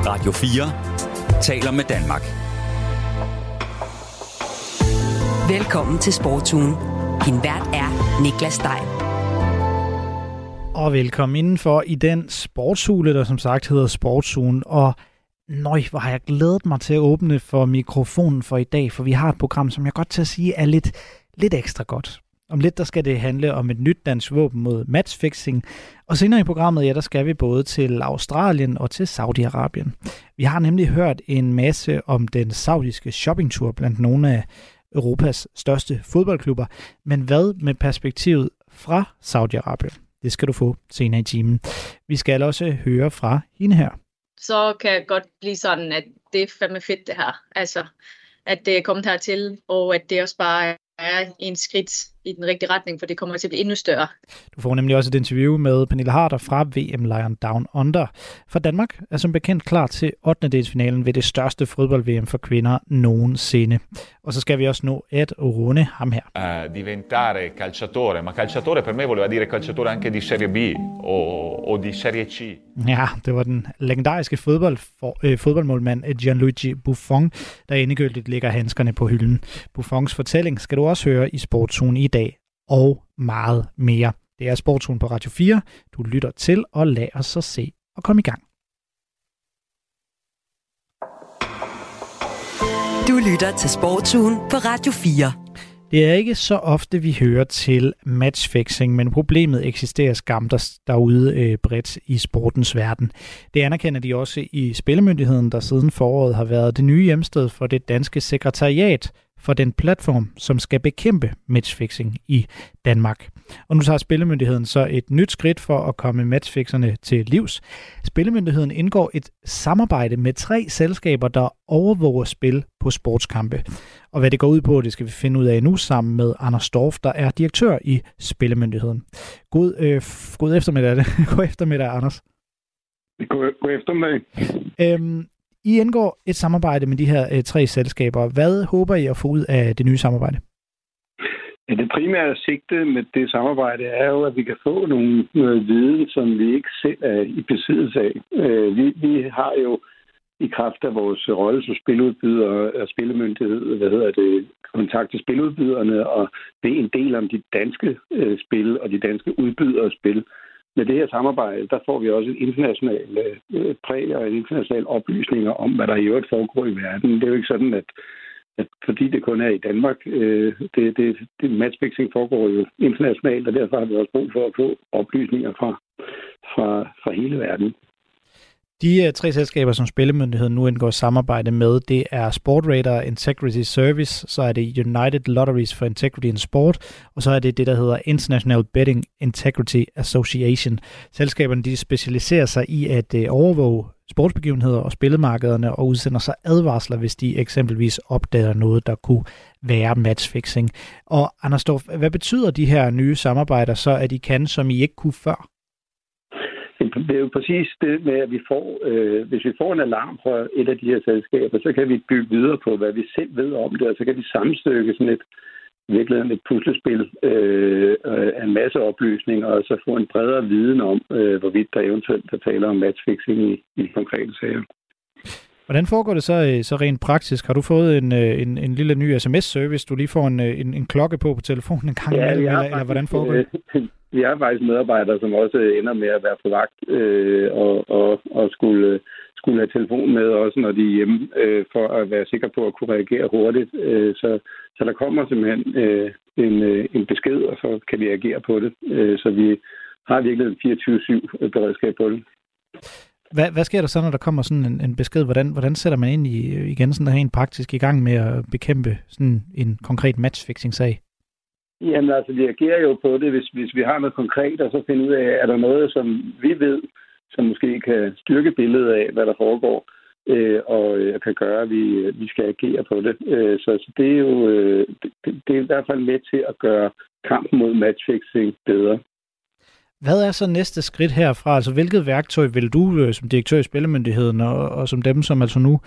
Radio 4 taler med Danmark. Velkommen til Sportsugen. Din vært er Niklas Stein. Og velkommen indenfor i den sportshule, der som sagt hedder Sportsugen. Og hvor har jeg glædet mig til at åbne for mikrofonen for i dag, for vi har et program, som jeg godt til at sige er lidt ekstra godt. Om lidt, der skal det handle om et nyt dansk våben mod matchfixing. Og senere i programmet, der skal vi både til Australien og til Saudi-Arabien. Vi har nemlig hørt en masse om den saudiske shoppingtur blandt nogle af Europas største fodboldklubber. Men hvad med perspektivet fra Saudi-Arabien? Det skal du få senere i timen. Vi skal også høre fra hende her. Så kan jeg godt blive sådan, at det er fandme fedt det her. Altså, at det er kommet hertil, og at det også bare er en skridt i den rigtige retning, for det kommer til at blive endnu større. Du får nemlig også et interview med Pernille Harder fra VM Lion Down Under. For Danmark er som bekendt klar til 8. finalen ved det største fodbold-VM for kvinder nogensinde. Og så skal vi også nå at runde ham her. Diventare calciatore, ma calciatore per me voleva dire calciatore anche di Serie B o di Serie C. Ja, det var den legendariske fodboldmålmand Gianluigi Buffon, der endegyldigt lægger handskerne på hylden. Buffons fortælling skal du også høre i Sportsugen i dag, og meget mere. Det er Sportsugen på Radio 4. Du lytter til, og lad os så se og komme i gang. Du lytter til Sportsugen på Radio 4. Det er ikke så ofte, vi hører til matchfixing, men problemet eksisterer skam derude bredt i sportens verden. Det anerkender de også i Spillemyndigheden, der siden foråret har været det nye hjemsted for det danske sekretariat for den platform, som skal bekæmpe matchfixing i Danmark. Og nu tager Spillemyndigheden så et nyt skridt for at komme matchfixerne til livs. Spillemyndigheden indgår et samarbejde med 3 selskaber, der overvåger spil på sportskampe. Og hvad det går ud på, det skal vi finde ud af nu sammen med Anders Dorf, der er direktør i Spillemyndigheden. God eftermiddag. God eftermiddag, Anders. God eftermiddag. I indgår et samarbejde med de her 3 selskaber. Hvad håber I at få ud af det nye samarbejde? Ja, det primære sigte med det samarbejde er jo, at vi kan få noget viden, som vi ikke selv er i besiddelse af. Vi har jo i kraft af vores rolle som spiludbyder og spillemyndighed, kontakt til spiludbyderne, og det er en del om de danske spil og de danske udbydere spil. Med det her samarbejde, der får vi også et internationalt præg og internationale oplysninger om, hvad der i øvrigt foregår i verden. Det er jo ikke sådan, at fordi det kun er i Danmark, det matchfixing foregår jo internationalt, og derfor har vi også brug for at få oplysninger fra hele verden. De 3 selskaber, som Spillemyndigheden nu indgår samarbejde med, det er Sportradar Integrity Service, så er det United Lotteries for Integrity in Sport, og så er det der hedder International Betting Integrity Association. Selskaberne de specialiserer sig i at overvåge sportsbegivenheder og spillemarkederne og udsender sig advarsler, hvis de eksempelvis opdager noget, der kunne være matchfixing. Og Anders Dorf, hvad betyder de her nye samarbejder så, at I kan, som I ikke kunne før? Det er jo præcis det med, at vi får, hvis vi får en alarm fra et af de her selskaber, så kan vi bygge videre på, hvad vi selv ved om det, og så kan vi sammenstykke sådan et puslespil af en masse oplysninger, og så få en bredere viden om, hvorvidt der eventuelt er tale om matchfixing i konkrete sager. Hvordan foregår det så rent praktisk? Har du fået en lille ny sms-service, du lige får en klokke på telefonen en gang imellem, eller hvordan foregår det? Vi har faktisk medarbejdere, som også ender med at være på vagt og skulle have telefonen med, også når de er hjemme, for at være sikker på at kunne reagere hurtigt. Så der kommer simpelthen en besked, og så kan vi agere på det. Så vi har virkelig en 24/7 beredskab på det. Hvad sker der så, når der kommer sådan en besked? Hvordan sætter man ind igen sådan der helt praktisk i gang med at bekæmpe sådan en konkret matchfixing-sag? Jamen altså, vi agerer jo på det, hvis vi har noget konkret, og så finde ud af, er der noget, som vi ved, som måske kan styrke billedet af, hvad der foregår, og kan gøre, at vi skal agere på det. Så det er jo det er i hvert fald med til at gøre kampen mod matchfixing bedre. Hvad er så næste skridt herfra? Altså, hvilket værktøj vil du som direktør i Spillemyndigheden og som dem, som altså nu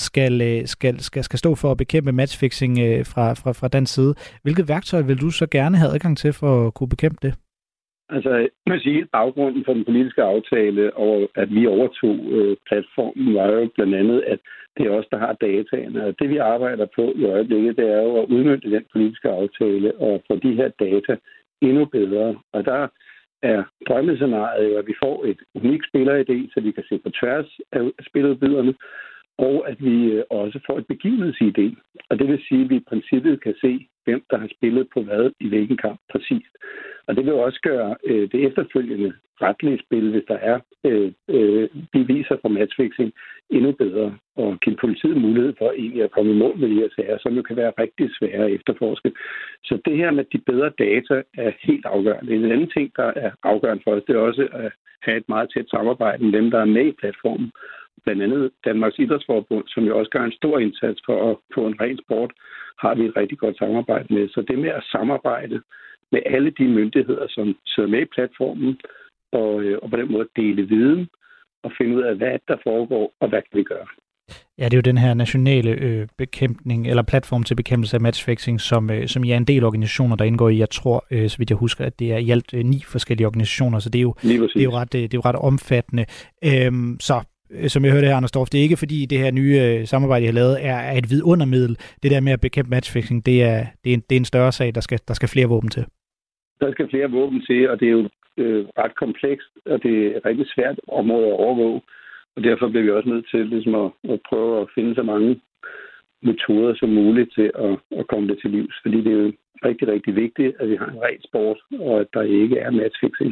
skal stå for at bekæmpe matchfixing fra den side, hvilket værktøj vil du så gerne have adgang til for at kunne bekæmpe det? Altså, man siger, hele baggrunden for den politiske aftale, og at vi overtog platformen, var jo blandt andet, at det er os, der har dataene. Og det, vi arbejder på i øjeblikket, det er jo at udnytte den politiske aftale og få de her data endnu bedre. Og der er drømmescenariet jo, at vi får et unikt spiller-ID, så vi kan se på tværs af spiludbyderne, og at vi også får et begivenheds-ID. Og det vil sige, at vi i princippet kan se, hvem der har spillet på hvad i hvilken kamp præcist. Og det vil også gøre det efterfølgende retlige spil, hvis der er beviser for matchfixing, endnu bedre, og give politiet mulighed for egentlig at komme i mål med de her sager, som jo kan være rigtig svære at efterforske. Så det her med de bedre data er helt afgørende. En anden ting, der er afgørende for os, det er også at have et meget tæt samarbejde med dem, der er med i platformen. Blandt andet Danmarks Idrætsforbund, som jo også gør en stor indsats for at få en ren sport, har vi et rigtig godt samarbejde med. Så det med at samarbejde med alle de myndigheder, som sidder med i platformen, og på den måde dele viden og finde ud af, hvad der foregår, og hvad kan vi gøre. Ja, det er jo den her nationale bekæmpning, eller platform til bekæmpelse af matchfixing, som I er en del organisationer, der indgår i. Jeg tror, så vidt jeg husker, at det er i alt 9 forskellige organisationer, så det er jo ret omfattende. Så som jeg hørte her, Anders Dorf, det er ikke fordi det her nye samarbejde, I har lavet, er et vidundermiddel. Det der med at bekæmpe matchfixing, det er en større sag, der skal flere våben til. Der skal flere våben til, og det er jo ret komplekst, og det er et rigtig svært område at overvåge. Og derfor bliver vi også nødt til ligesom at prøve at finde så mange metoder som muligt til at komme det til livs. Fordi det er jo rigtig, rigtig vigtigt, at vi har en ren sport, og at der ikke er matchfixing.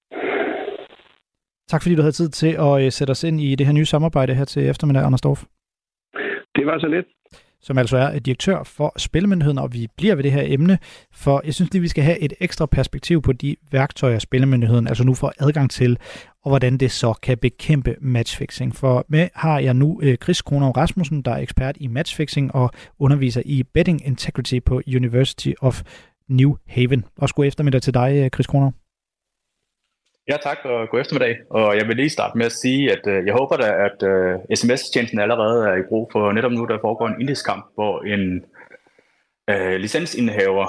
Tak fordi du havde tid til at sætte os ind i det her nye samarbejde her til eftermiddag, Anders Dorf. Det var så lidt. Som altså er direktør for Spillemyndigheden, og vi bliver ved det her emne, for jeg synes lige, vi skal have et ekstra perspektiv på de værktøjer, Spillemyndigheden altså nu får adgang til, og hvordan det så kan bekæmpe matchfixing. For med har jeg nu Chris Kronov Rasmussen, der er ekspert i matchfixing og underviser i Betting Integrity på University of New Haven. Og god eftermiddag til dig, Chris Kronov. Ja, tak, og god eftermiddag. Og jeg vil lige starte med at sige, at jeg håber da, at sms-tjenesten allerede er i brug, for netop nu, der foregår en indiskamp, hvor en licensindehaver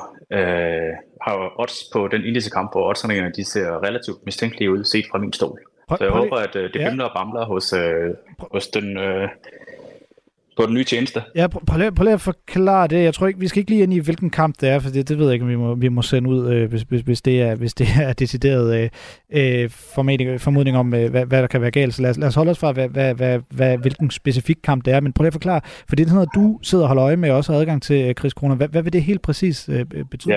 har odds på den indiskamp, hvor oddserne de ser relativt mistænkelige ud, set fra min stol. Så jeg håber, at det bimler og bamler hos den... på den nye tjeneste. Ja, prøv lige at forklare det. Jeg tror ikke, vi skal ikke lige ind i, hvilken kamp det er, for det ved jeg ikke, om vi må sende ud, hvis det er decideret formodning om, hvad der kan være galt. Så lad os holde os fra, hvilken specifik kamp det er, men prøv lige at forklare, for det er sådan noget, du sidder og holder øje med, og også har adgang til, Chris Kronov. Hvad vil det helt præcis betyde? Ja.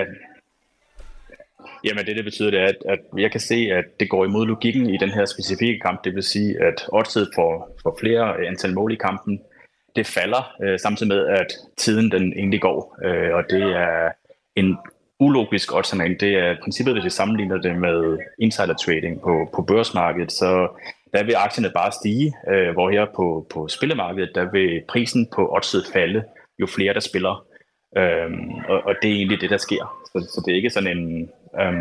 Jamen det betyder, det er, at jeg kan se, at det går imod logikken i den her specifikke kamp. Det vil sige, at oddset for flere antal mål i kampen, det falder, samtidig med, at tiden den egentlig går. Og det er en ulogisk oddsernering. Det er princippet, hvis vi sammenligner det med insider trading på børsmarkedet, så der vil aktierne bare stige, hvor her på spillemarkedet, der vil prisen på oddset falde, jo flere der spiller. Og det er egentlig det, der sker. Så det er ikke sådan en...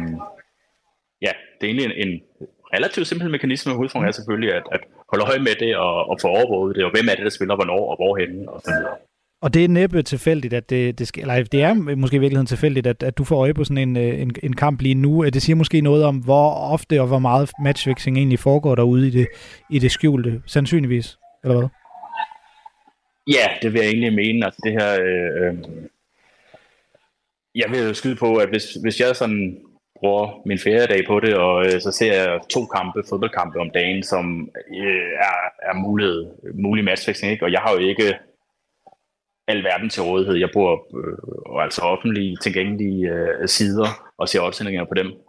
det er egentlig en relativt simpel mekanisme. Udfordringen er selvfølgelig at holde øje med det og få overvåget det, og hvem er det, der spiller hvornår og hvorhenne og sådan noget. Og det er næppe tilfældigt, at det sker, eller det er måske i virkeligheden tilfældigt, at du får øje på sådan en kamp lige nu. Det siger måske noget om, hvor ofte og hvor meget matchfixing egentlig foregår derude i det skjulte, sandsynligvis, eller hvad? Ja, det vil jeg egentlig mene. Altså det her... jeg vil jo skyde på, at hvis jeg sådan bruger min feriedag på det, og så ser jeg 2 fodboldkampe om dagen, som er mulig matchfixing, ikke? Og jeg har jo ikke al verden til rådighed. Jeg bruger altså offentlige tilgængelige sider og ser oddsændringer på dem.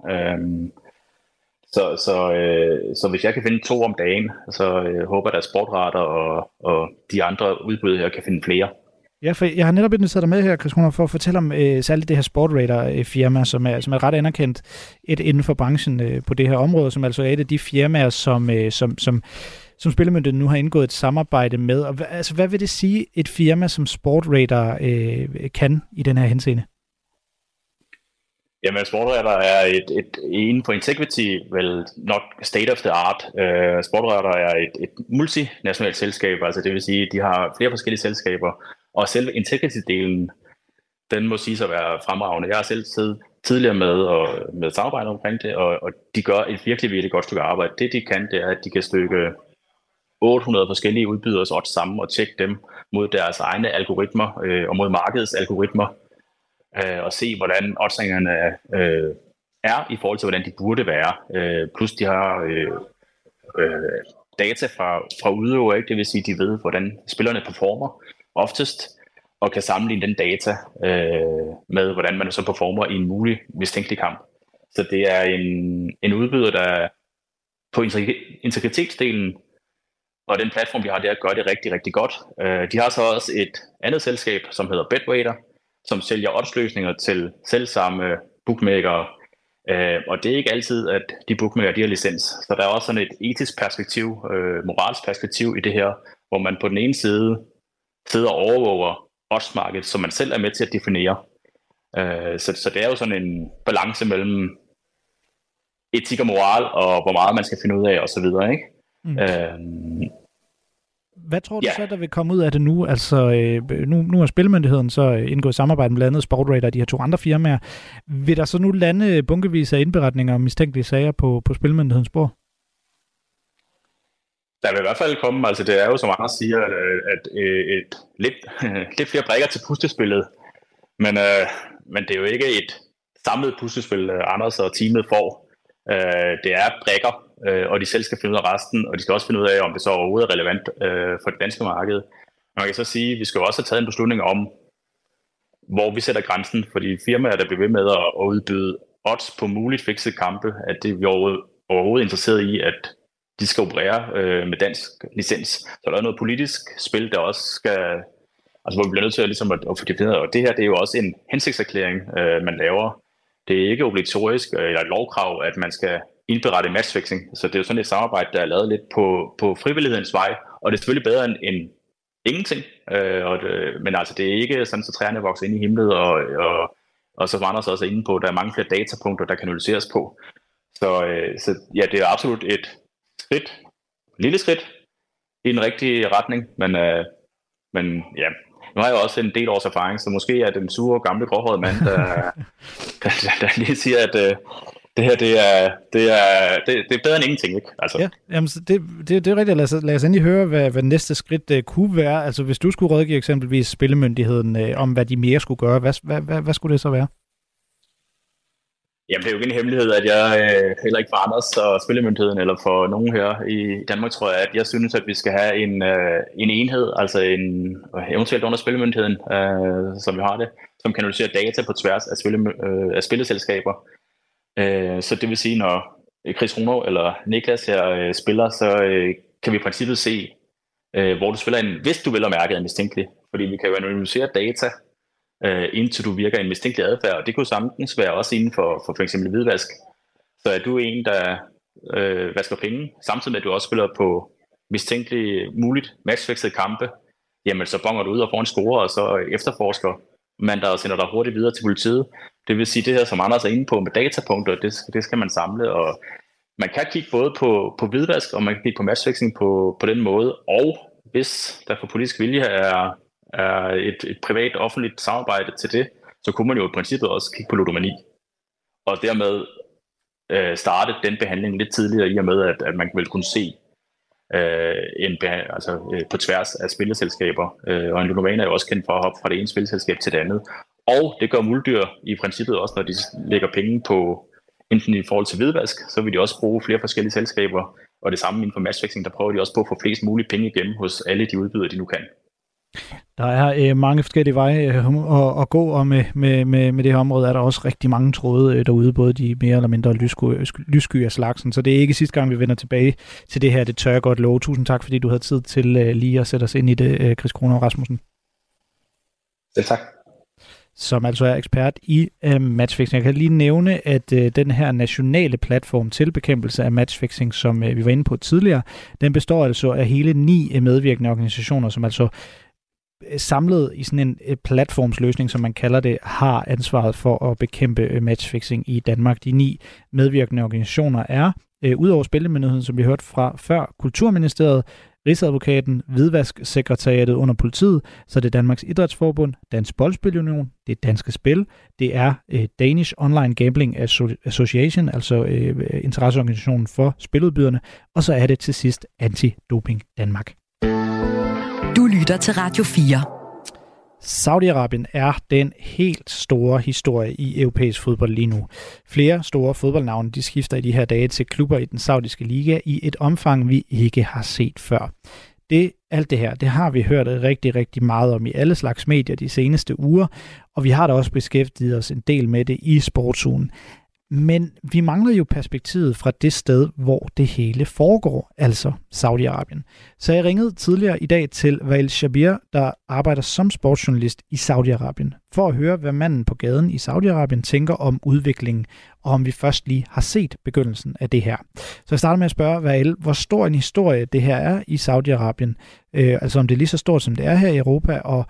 Så hvis jeg kan finde 2 om dagen, så håber jeg, at Sportrater og de andre udbud her kan finde flere. Ja, for jeg har netop inviteret dig med her, Chris Kronov, for at fortælle om særligt det her Sportradar-firma, som er ret anerkendt inden for branchen på det her område, som altså er et af de firmaer, som Spillemyndigheden nu har indgået et samarbejde med. Og altså, hvad vil det sige, et firma som Sportradar kan i den her henseende? Jamen, Sportradar er inden for integrity vel nok state of the art. Sportradar er et multinationalt selskab, altså det vil sige, at de har flere forskellige selskaber, og selve integrity-delen, den må sige at være fremragende. Jeg har selv siddet tidligere med samarbejde omkring det, og de gør et virkelig godt stykke arbejde. Det de kan, det er, at de kan stykke 800 forskellige udbyders odds sammen og tjekke dem mod deres egne algoritmer og mod markedets algoritmer og se, hvordan oddsingerne er i forhold til, hvordan de burde være. Plus de har data fra udøvere, ikke? Det vil sige, de ved, hvordan spillerne performer oftest, og kan sammenligne den data med, hvordan man så performer i en mulig mistænkelig kamp. Så det er en udbyder, der på integritetsdelen, og den platform, de har der, gør det rigtig godt. De har så også et andet selskab, som hedder Betwaiter, som sælger oddsløsninger til selvsamme bookmakere. Og det er ikke altid, at de bookmakere de har licens. Så der er også sådan et etisk perspektiv, moralsk perspektiv i det her, hvor man på den ene side sidder og overvåger oddsmarkedet, som man selv er med til at definere. Så det er jo sådan en balance mellem etik og moral, og hvor meget man skal finde ud af, og så videre, ikke? Hvad tror du så, der vil komme ud af det nu? Altså, nu har Spillemyndigheden så indgået samarbejde med blandt andet Sportradar og de her 2 andre firmaer. Vil der så nu lande bunkevis af indberetninger om mistænkelige sager på Spillemyndighedens spor? Der vil i hvert fald komme, altså det er jo, som andre siger, at lidt flere brikker til puslespillet. Men det er jo ikke et samlet puslespil, Anders og teamet får. Det er brikker, og de selv skal finde ud af resten, og de skal også finde ud af, om det så overhovedet er relevant for det danske marked. Man kan så sige, at vi skal også have taget en beslutning om, hvor vi sætter grænsen, fordi firmaer, der bliver ved med at udbyde odds på muligt fikset kampe, at det er vi overhovedet interesseret i, at de skal operere med dansk licens. Så der er noget politisk spil, der også skal, altså hvor vi bliver nødt til at få defineret, og det her, det er jo også en hensigtserklæring, man laver. Det er ikke obligatorisk eller et lovkrav, at man skal indberette matchfixing. Så det er jo sådan et samarbejde, der er lavet lidt på frivillighedens vej, og det er selvfølgelig bedre end ingenting. Men altså, det er ikke sådan, så træerne vokser ind i himlet, og så vandrer sig også inde på, der er mange flere datapunkter, der kan analyseres på. Så ja, det er absolut et lille skridt i den rigtige retning, men ja, nu har jeg også en del års erfaring, så måske er den sure, gamle, gråhårede mand, der lige siger, at det her, det er bedre end ingenting, ikke? Altså. Ja, jamen, det er rigtigt. Lad os endelig høre, hvad næste skridt kunne være. Altså, hvis du skulle rådgive eksempelvis Spillemyndigheden om, hvad de mere skulle gøre, hvad skulle det så være? Jamen, det er jo ikke en hemmelighed, at jeg heller ikke for Anders og Spillemyndigheden, eller for nogen her i Danmark, tror jeg, at jeg synes, at vi skal have en enhed, altså eventuelt under Spillemyndigheden, som vi har det, som kan analysere data på tværs af spilleselskaber. Så det vil sige, når Chris Runo eller Niklas her spiller, så kan vi i princippet se, hvor du spiller hvis du vil have mærket en mistænkelig. Fordi vi kan jo analysere data, indtil du virker en mistænkelig adfærd, og det kunne samtidig være også inden for eksempel hvidvask. Så er du en, der vasker penge, samtidig med at du også spiller på mistænkelig muligt matchfixede kampe, jamen så bonger du ud og får en score, og så efterforsker man der og sender dig hurtigt videre til politiet. Det vil sige, det her, som Anders er inde på med datapunkter, det skal man samle, og man kan kigge både på hvidvask, og man kan kigge på matchfixing på den måde, og hvis der for politisk vilje er et privat offentligt samarbejde til det, så kunne man jo i princippet også kigge på ludomani. Og dermed starte den behandling lidt tidligere, i og med, at man vil kunne se på tværs af spilleselskaber. Og en ludoman er jo også kendt for at hoppe fra det ene spilleselskab til det andet. Og det gør muldyr i princippet også, når de lægger penge på, enten i forhold til hvidvask, så vil de også bruge flere forskellige selskaber. Og det samme inden for matchfixing, der prøver de også på at få flest mulige penge igennem hos alle de udbydere, de nu kan. Der er mange forskellige veje at gå, og med det her område er der også rigtig mange tråde derude, både de mere eller mindre lyssky af slagsen. Så det er ikke sidste gang, vi vender tilbage til det her. Det tør jeg godt love. Tusind tak, fordi du havde tid til lige at sætte os ind i det, Chris Kroner Rasmussen. Selv tak. Som altså er ekspert i matchfixing. Jeg kan lige nævne, at den her nationale platform til bekæmpelse af matchfixing, som vi var inde på tidligere, den består altså af hele 9 medvirkende organisationer, som altså samlet i sådan en platformsløsning, som man kalder det, har ansvaret for at bekæmpe matchfixing i Danmark. De 9 medvirkende organisationer er, udover Spillemyndigheden, som vi hørte fra før, Kulturministeriet, Rigsadvokaten, Hvidvasksekretariatet under politiet, så det er Danmarks Idrætsforbund, Dansk Boldspilunion, det er Danske Spil, det er Danish Online Gambling Association, altså interesseorganisationen for spiludbyderne, og så er det til sidst Anti-Doping Danmark. Du lytter til Radio 4. Saudi-Arabien er den helt store historie i europæisk fodbold lige nu. Flere store fodboldnavne de skifter i de her dage til klubber i den saudiske liga i et omfang, vi ikke har set før. Alt det her, det har vi hørt rigtig, rigtig meget om i alle slags medier de seneste uger, og vi har da også beskæftiget os en del med det i Sportsugen. Men vi mangler jo perspektivet fra det sted, hvor det hele foregår, altså Saudi-Arabien. Så jeg ringede tidligere i dag til Wael Shabir, der arbejder som sportsjournalist i Saudi-Arabien, for at høre, hvad manden på gaden i Saudi-Arabien tænker om udviklingen, og om vi først lige har set begyndelsen af det her. Så jeg starter med at spørge Wael, hvor stor en historie det her er i Saudi-Arabien, altså om det er lige så stort, som det er her i Europa, og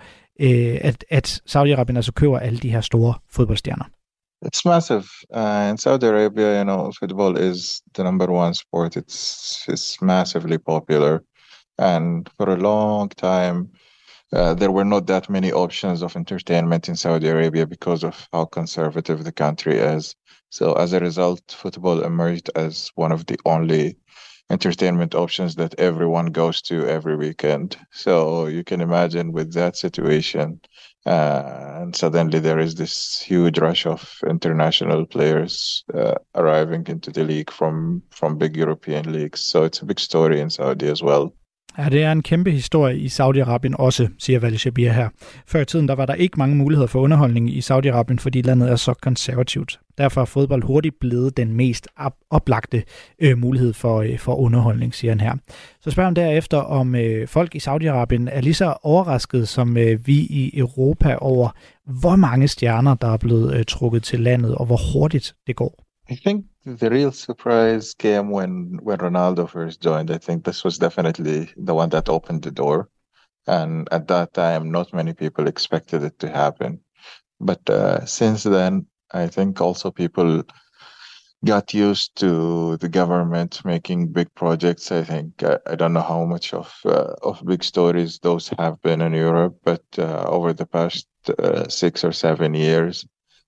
at Saudi-Arabien altså køber alle de her store fodboldstjerner. It's massive. In Saudi Arabia, football is the number one sport. It's massively popular. And for a long time, there were not that many options of entertainment in Saudi Arabia because of how conservative the country is. So as a result, football emerged as one of the only entertainment options that everyone goes to every weekend. So you can imagine with that situation, and suddenly there is this huge rush of international players arriving into the league from big European leagues. So it's a big story in Saudi as well. Ja, det er en kæmpe historie i Saudi-Arabien også, siger Wael Shabir her. Før i tiden der var der ikke mange muligheder for underholdning i Saudi-Arabien, fordi landet er så konservativt. Derfor er fodbold hurtigt blevet den mest oplagte mulighed for underholdning, siger han her. Så spørger han derefter, om folk i Saudi-Arabien er lige så overrasket som vi i Europa over, hvor mange stjerner, der er blevet trukket til landet, og hvor hurtigt det går. I think the real surprise came when Ronaldo first joined. I think this was definitely the one that opened the door. And at that time, not many people expected it to happen. But since then, I think also people got used to the government making big projects. I think I don't know how much of big stories those have been in Europe, but over the past 6 or 7 years,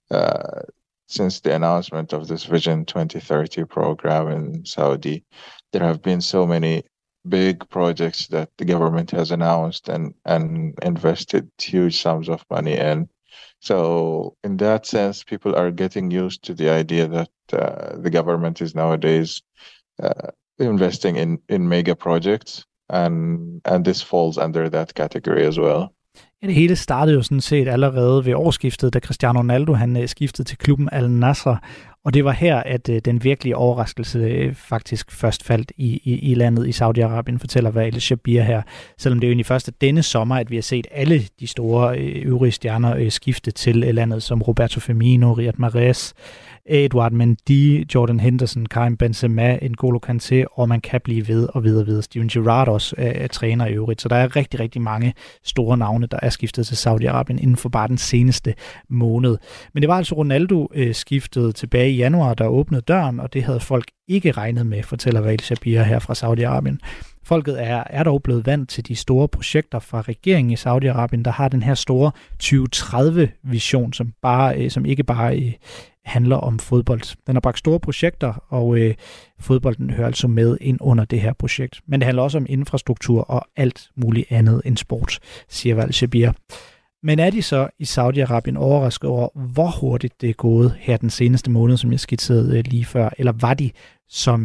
since the announcement of this Vision 2030 program in Saudi, there have been so many big projects that the government has announced and invested huge sums of money in. So in that sense, people are getting used to the idea that the government is nowadays investing in mega projects, and this falls under that category as well. Ja, det hele startede jo sådan set allerede ved årsskiftet, da Cristiano Ronaldo han skiftede til klubben Al Nassr, og det var her, at den virkelige overraskelse faktisk først faldt i landet i Saudi-Arabien, fortæller Wael Shabir her. Selvom det er jo egentlig først denne sommer, at vi har set alle de store øvrige stjerner skifte til landet, som Roberto Firmino, Riyad Mahrez, Edouard Mendy, Jordan Henderson, Karim Benzema, N'Golo Kanté, og man kan blive ved og ved. Steven Gerrard også er træner i øvrigt. Så der er rigtig, rigtig mange store navne, der er skiftet til Saudi-Arabien inden for bare den seneste måned. Men det var altså Ronaldo skiftet tilbage i januar, der åbnede døren, og det havde folk ikke regnet med, fortæller Wael Shabir her fra Saudi-Arabien. Folket er dog blevet vant til de store projekter fra regeringen i Saudi-Arabien, der har den her store 2030-vision, som ikke bare handler om fodbold. Den har bragt store projekter, og fodbolden hører altså med ind under det her projekt. Men det handler også om infrastruktur og alt muligt andet end sport, siger Wael Shabir. Men er de så i Saudi-Arabien overrasket over, hvor hurtigt det er gået her den seneste måned, som jeg skitserede lige før? Eller var de, som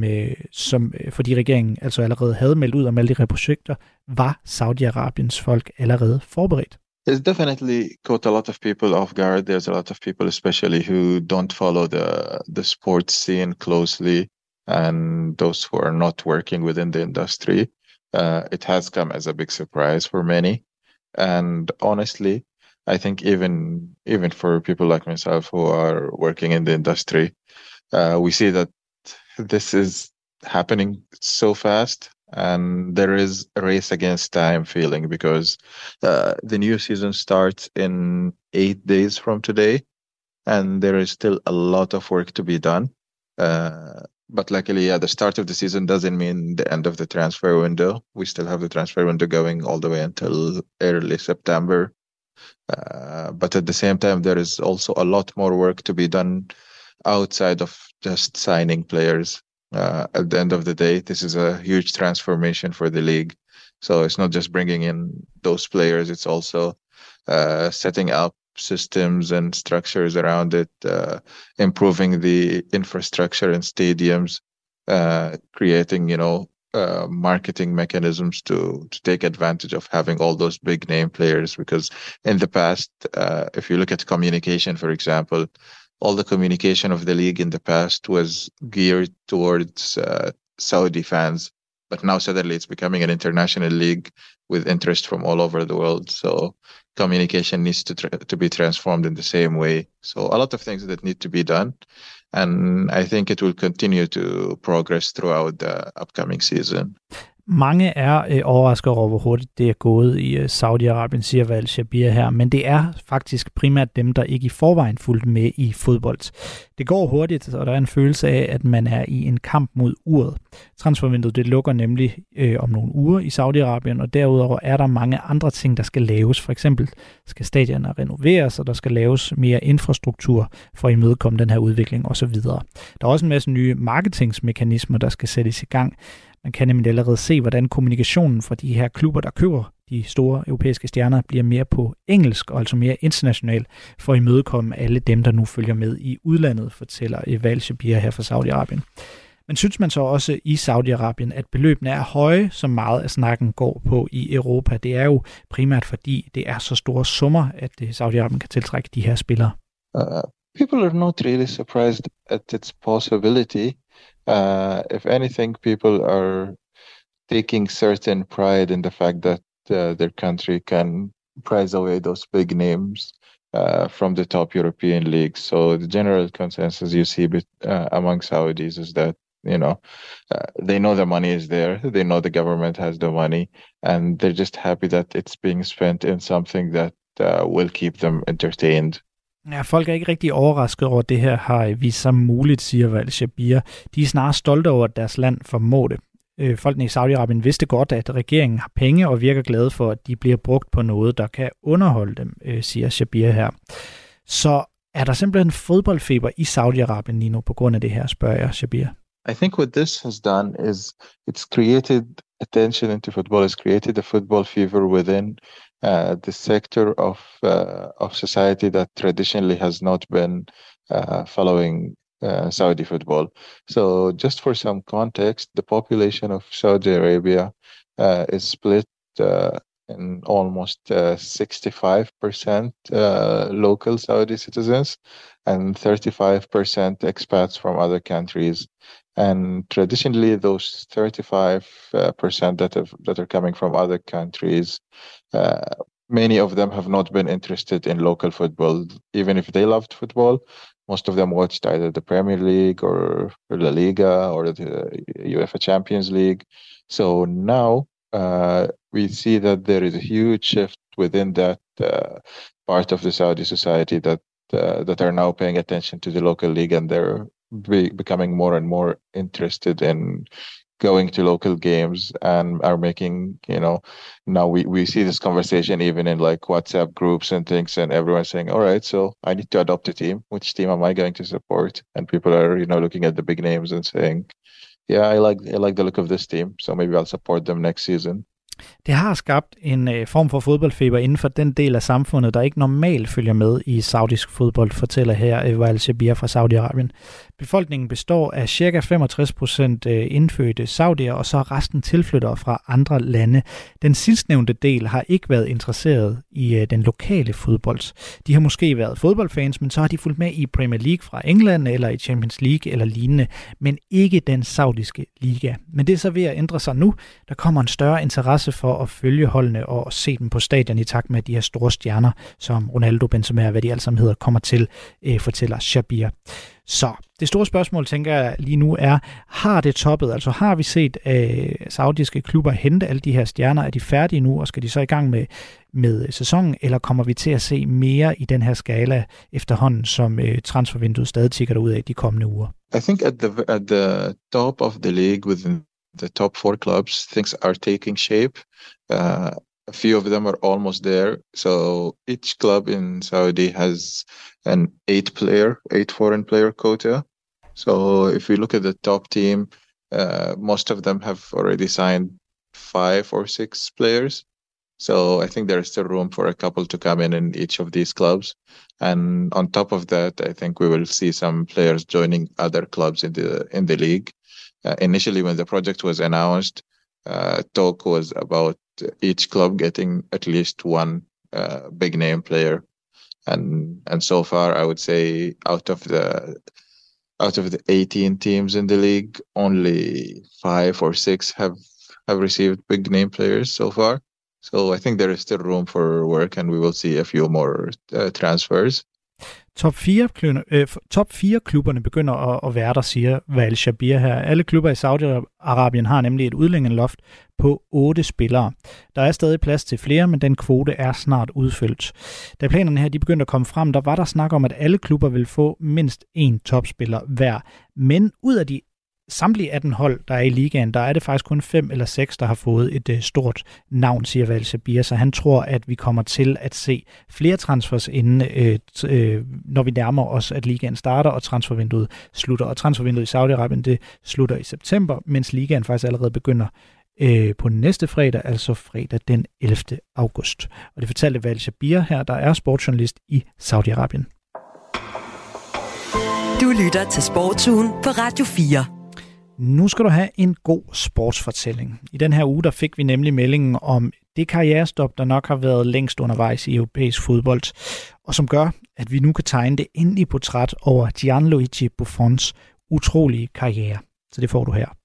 fordi regeringen altså allerede havde meldt ud om alle de her projekter, var Saudi-Arabiens folk allerede forberedt? It's definitely caught a lot of people off guard. There's a lot of people, especially who don't follow the sports scene closely, and those who are not working within the industry. It has come as a big surprise for many. And honestly, I think even for people like myself who are working in the industry, we see that this is happening so fast, and there is a race against time feeling, because the new season starts in 8 days from today, and there is still a lot of work to be done. But luckily, the start of the season doesn't mean the end of the transfer window. We still have the transfer window going all the way until early September. But at the same time, there is also a lot more work to be done outside of just signing players. At the end of the day, this is a huge transformation for the league. So it's not just bringing in those players, it's also setting up systems and structures around it, improving the infrastructure in stadiums, creating, marketing mechanisms to take advantage of having all those big name players. Because in the past, if you look at communication, for example, all the communication of the league in the past was geared towards Saudi fans. But now suddenly it's becoming an international league with interest from all over the world. So communication needs to be transformed in the same way. So a lot of things that need to be done. And I think it will continue to progress throughout the upcoming season. Mange er overrasket over, hvor hurtigt det er gået i Saudi-Arabien, siger Wael Shabir her, men det er faktisk primært dem, der ikke i forvejen fulgte med i fodbold. Det går hurtigt, og der er en følelse af, at man er i en kamp mod uret. Transfervinduet det lukker nemlig om nogle uger i Saudi-Arabien, og derudover er der mange andre ting, der skal laves. For eksempel skal stadionerne renoveres, og der skal laves mere infrastruktur for at imødekomme den her udvikling osv. Der er også en masse nye marketingsmekanismer, der skal sættes i gang. Man kan nemlig allerede se, hvordan kommunikationen fra de her klubber, der køber de store europæiske stjerner, bliver mere på engelsk og altså mere international for at imødekomme alle dem, der nu følger med i udlandet, fortæller Wael Shabir her fra Saudi-Arabien. Men synes man så også i Saudi-Arabien, at beløbene er høje, som meget af snakken går på i Europa? Det er jo primært fordi, det er så store summer, at Saudi-Arabien kan tiltrække de her spillere. People are not really surprised at its possibility. If anything, people are taking certain pride in the fact that their country can prize away those big names from the top European leagues. So the general consensus you see among Saudis is that, they know the money is there, they know the government has the money, and they're just happy that it's being spent in something that will keep them entertained. Ja, folk er ikke rigtig overrasket over, at det her har vist sig muligt, siger Wael Shabir. De er snarere stolte over, at deres land formår det. Folkene i Saudi-Arabien vidste godt, at regeringen har penge og virker glade for, at de bliver brugt på noget, der kan underholde dem, siger Shabir her. Så er der simpelthen fodboldfeber i Saudi-Arabien lige nu på grund af det her, spørger jeg Shabir. I think what this has done is it's created attention into football, it's created a football fever within the sector of society that traditionally has not been following Saudi football. So just for some context, the population of Saudi Arabia is split in almost 65% local Saudi citizens and 35% expats from other countries. And traditionally, those 35% that are coming from other countries, many of them have not been interested in local football. Even if they loved football, most of them watched either the Premier League or La Liga or the UEFA Champions League. So now we see that there is a huge shift within that part of the Saudi society that are now paying attention to the local league, and they're becoming more and more interested in going to local games and are making, now we see this conversation even in like WhatsApp groups and things, and everyone's saying, all right, so I need to adopt a team. Which team am I going to support? And people are, looking at the big names and saying, yeah, I like the look of this team, so maybe I'll support them next season. Det har skabt en form for fodboldfeber inden for den del af samfundet, der ikke normalt følger med i saudisk fodbold, fortæller her Wael Shabir fra Saudi-Arabien. Befolkningen består af ca. 65% indfødte saudier, og så resten tilflyttere fra andre lande. Den sidstnævnte del har ikke været interesseret i den lokale fodbold. De har måske været fodboldfans, men så har de fulgt med i Premier League fra England eller i Champions League eller lignende, men ikke den saudiske liga. Men det er så ved at ændre sig nu. Der kommer en større interesse for at følge holdene og se dem på stadion i takt med, at de her store stjerner, som Ronaldo, Benzema og hvad de alle sammen hedder, kommer til, fortæller Shabir. Så det store spørgsmål, tænker jeg lige nu er, har det toppet? Altså har vi set saudiske klubber hente alle de her stjerner? Er de færdige nu, og skal de så i gang med sæsonen? Eller kommer vi til at se mere i den her skala efterhånden, som transfervinduet stadig tikker derud af de kommende uger? I think at the top of the league, within the top 4 clubs, things are taking shape. A few of them are almost there. So each club in Saudi has an 8 foreign player quota. So if we look at the top team, most of them have already signed 5 or 6 players. So I think there is still room for a couple to come in each of these clubs. And on top of that, I think we will see some players joining other clubs in the league. Initially, when the project was announced, talk was about each club getting at least one big name player, and so far I would say out of the 18 teams in the league, only 5 or 6 have received big name players so far. So I think there is still room for work, and we will see a few more transfers. Top 4 klubberne begynder at være der, siger Wael Shabir her. Alle klubber i Saudi-Arabien har nemlig et udlændingeloft på 8 spillere. Der er stadig plads til flere, men den kvote er snart udfyldt. Da planerne her de begyndte at komme frem, der var der snak om, at alle klubber vil få mindst 1 topspiller hver. Men ud af de samtlige 18 hold, der er i ligaen, der er det faktisk kun 5 eller 6, der har fået et stort navn, siger Wael Shabir, så han tror, at vi kommer til at se flere transfers inden, når vi nærmer os, at ligaen starter, og transfervinduet slutter. Og transfervinduet i Saudi-Arabien, det slutter i september, mens ligaen faktisk allerede begynder på næste fredag, altså fredag den 11. august. Og det fortalte Wael Shabir her, der er sportsjournalist i Saudi-Arabien. Du lytter til Sportsugen på Radio 4. Nu skal du have en god sportsfortælling. I den her uge, der fik vi nemlig meldingen om det karrierestop, der nok har været længst undervejs i europæisk fodbold, og som gør, at vi nu kan tegne det endelige portræt over Gianluigi Buffons utrolige karriere. Så det får du her.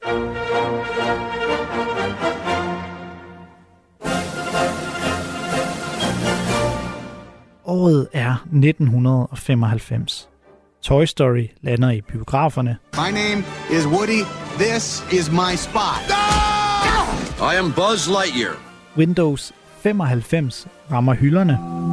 Året er 1995. Toy Story lander i biograferne. My name is Woody. This is my spot. I am Buzz Lightyear. Windows 95 rammer hylderne.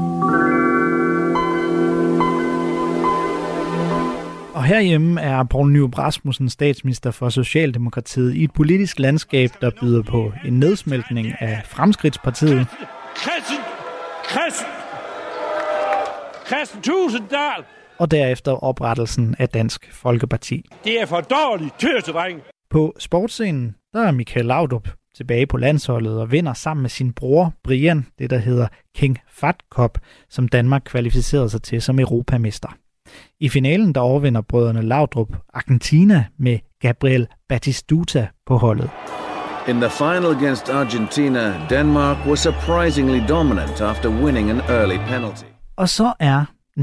Og herhjemme er Poul Nyrup Rasmussen statsminister for Socialdemokratiet i et politisk landskab, der byder på en nedsmeltning af Fremskridtspartiet. Christen Tusinddal. Og derefter oprettelsen af Dansk Folkeparti. Det er for dårligt, tøsedreng. På sportsscenen, der er Michael Laudrup tilbage på landsholdet og vinder sammen med sin bror Brian det, der hedder King Fahd Cup, som Danmark kvalificerede sig til som europamester. I finalen, der overvinder brødrene Laudrup Argentina med Gabriel Batistuta på holdet. In the final against Argentina, Denmark was surprisingly dominant after winning an early penalty. Og så er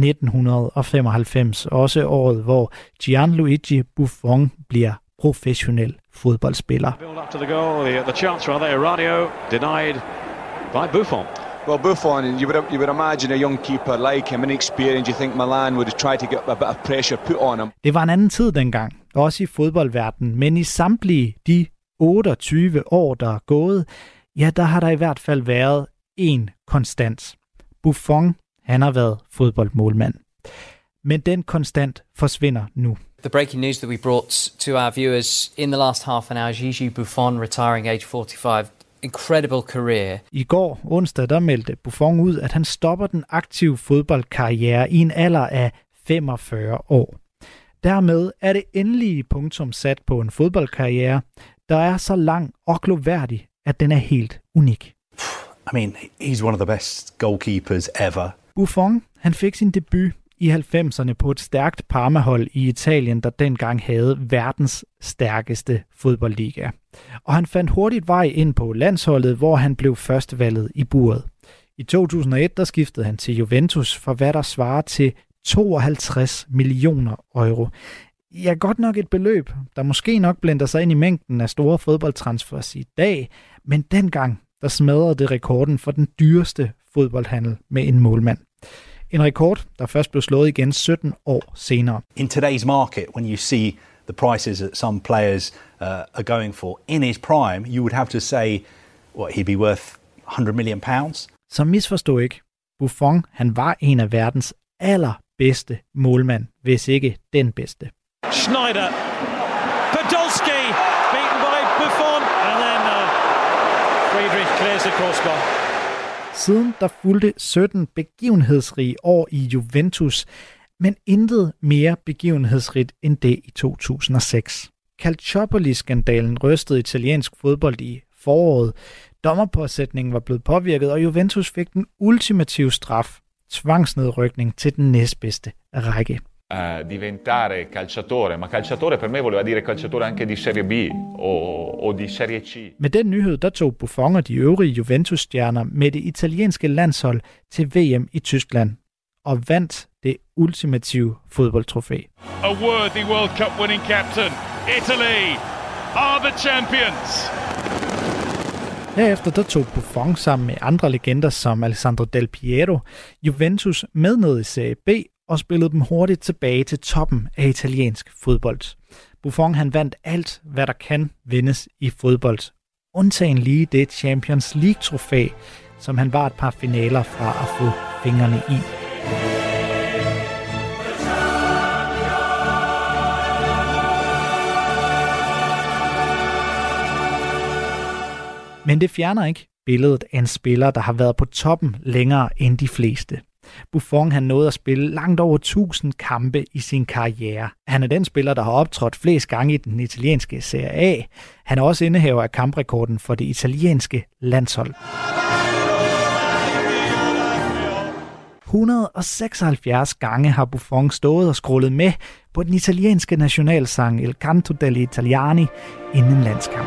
1995 også året, hvor Gianluigi Buffon bliver professionel fodboldspiller. Build up to the goal, the chance right there, Radio denied by Buffon. Well, Buffon, you would imagine a young keeper like him, inexperienced. You think Milan would have tried to get a bit of pressure put on him. Det var en anden tid dengang, også i fodboldverdenen, men i samtlige de 28 år, der er gået, ja, der har der i hvert fald været en konstant. Buffon, han har været fodboldmålmand. Men den konstant forsvinder nu. The breaking news that we brought to our viewers in the last half an hour, Gigi Buffon retiring age 45. Incredible career. I går, onsdag, der meldte Buffon ud, at han stopper den aktive fodboldkarriere i en alder af 45 år. Dermed er det endelige punktum sat på en fodboldkarriere, der er så lang og gloværdig, at den er helt unik. I mean, he's one of the best goalkeepers ever. Buffon, han fik sin debut i 90'erne på et stærkt Parma-hold i Italien, der dengang havde verdens stærkeste fodboldliga. Og han fandt hurtigt vej ind på landsholdet, hvor han blev førstevalget i buret. I 2001 der skiftede han til Juventus for hvad der svarer til 52 millioner euro. Ja, godt nok et beløb, der måske nok blender sig ind i mængden af store fodboldtransfers i dag, men dengang der smadrede det rekorden for den dyreste fodboldhandel med en målmand. En rekord, der først blev slået igen 17 år senere. In today's market, when you see the prices that some players are going for in his prime, you would have to say, he'd be worth 100 million pounds. Så misforstå ikke. Buffon, han var en af verdens allerbedste målmand, hvis ikke den bedste. Schneider, Podolski, beaten by Buffon, and then Friedrich clears the crossbar. Siden der fulgte 17 begivenhedsrige år i Juventus, men intet mere begivenhedsrigt end det i 2006. Calciopoli-skandalen rystede italiensk fodbold i foråret. Dommerpåsætningen var blevet påvirket, og Juventus fik den ultimative straf, tvangsnedrykning til den næstbedste række. Diventare calciatore, ma calciatore per me voleva dire calciatore anche di Serie B o di Serie C. Med den nyhed, der tog Buffon og de øvrige Juventus-stjerner med det italienske landshold til VM i Tyskland og vandt det ultimative fodboldtrofæ. A worthy World Cup winning captain. Italy are the champions. Herefter der tog Buffon sammen med andre legender som Alessandro Del Piero Juventus med ned i Serie B og spillede dem hurtigt tilbage til toppen af italiensk fodbold. Buffon han vandt alt, hvad der kan vindes i fodbold. Undtagen lige det Champions League-trofæ, som han var et par finaler fra at få fingrene i. Men det fjerner ikke billedet af en spiller, der har været på toppen længere end de fleste. Buffon han nåede at spille langt over 1000 kampe i sin karriere. Han er den spiller, der har optrådt flest gange i den italienske Serie A. Han er også indehaver af kamprekorden for det italienske landshold. 176 gange har Buffon stået og scrollet med på den italienske nationalsang El Canto degli Italiani inden en landskamp.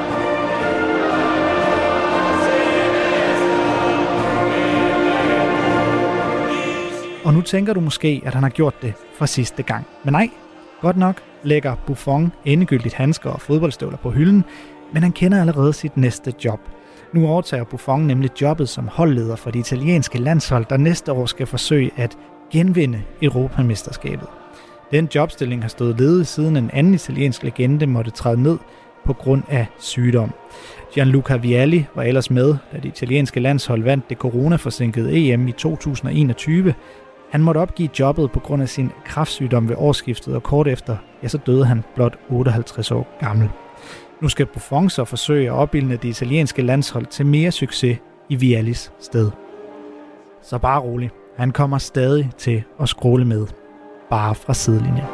Og nu tænker du måske, at han har gjort det for sidste gang. Men nej, godt nok lægger Buffon endegyldigt handsker og fodboldstøvler på hylden, men han kender allerede sit næste job. Nu overtager Buffon nemlig jobbet som holdleder for det italienske landshold, der næste år skal forsøge at genvinde Europamesterskabet. Den jobstilling har stået ledig siden en anden italiensk legende måtte træde ned på grund af sygdom. Gianluca Vialli var ellers med, da det italienske landshold vandt det coronaforsinkede EM i 2021. Han måtte opgive jobbet på grund af sin kræftsygdom ved årsskiftet, og kort efter, så døde han blot 58 år gammel. Nu skal Buffon så forsøge at opildne det italienske landshold til mere succes i Viallis sted. Så bare rolig, han kommer stadig til at scrolle med, bare fra sidelinjen.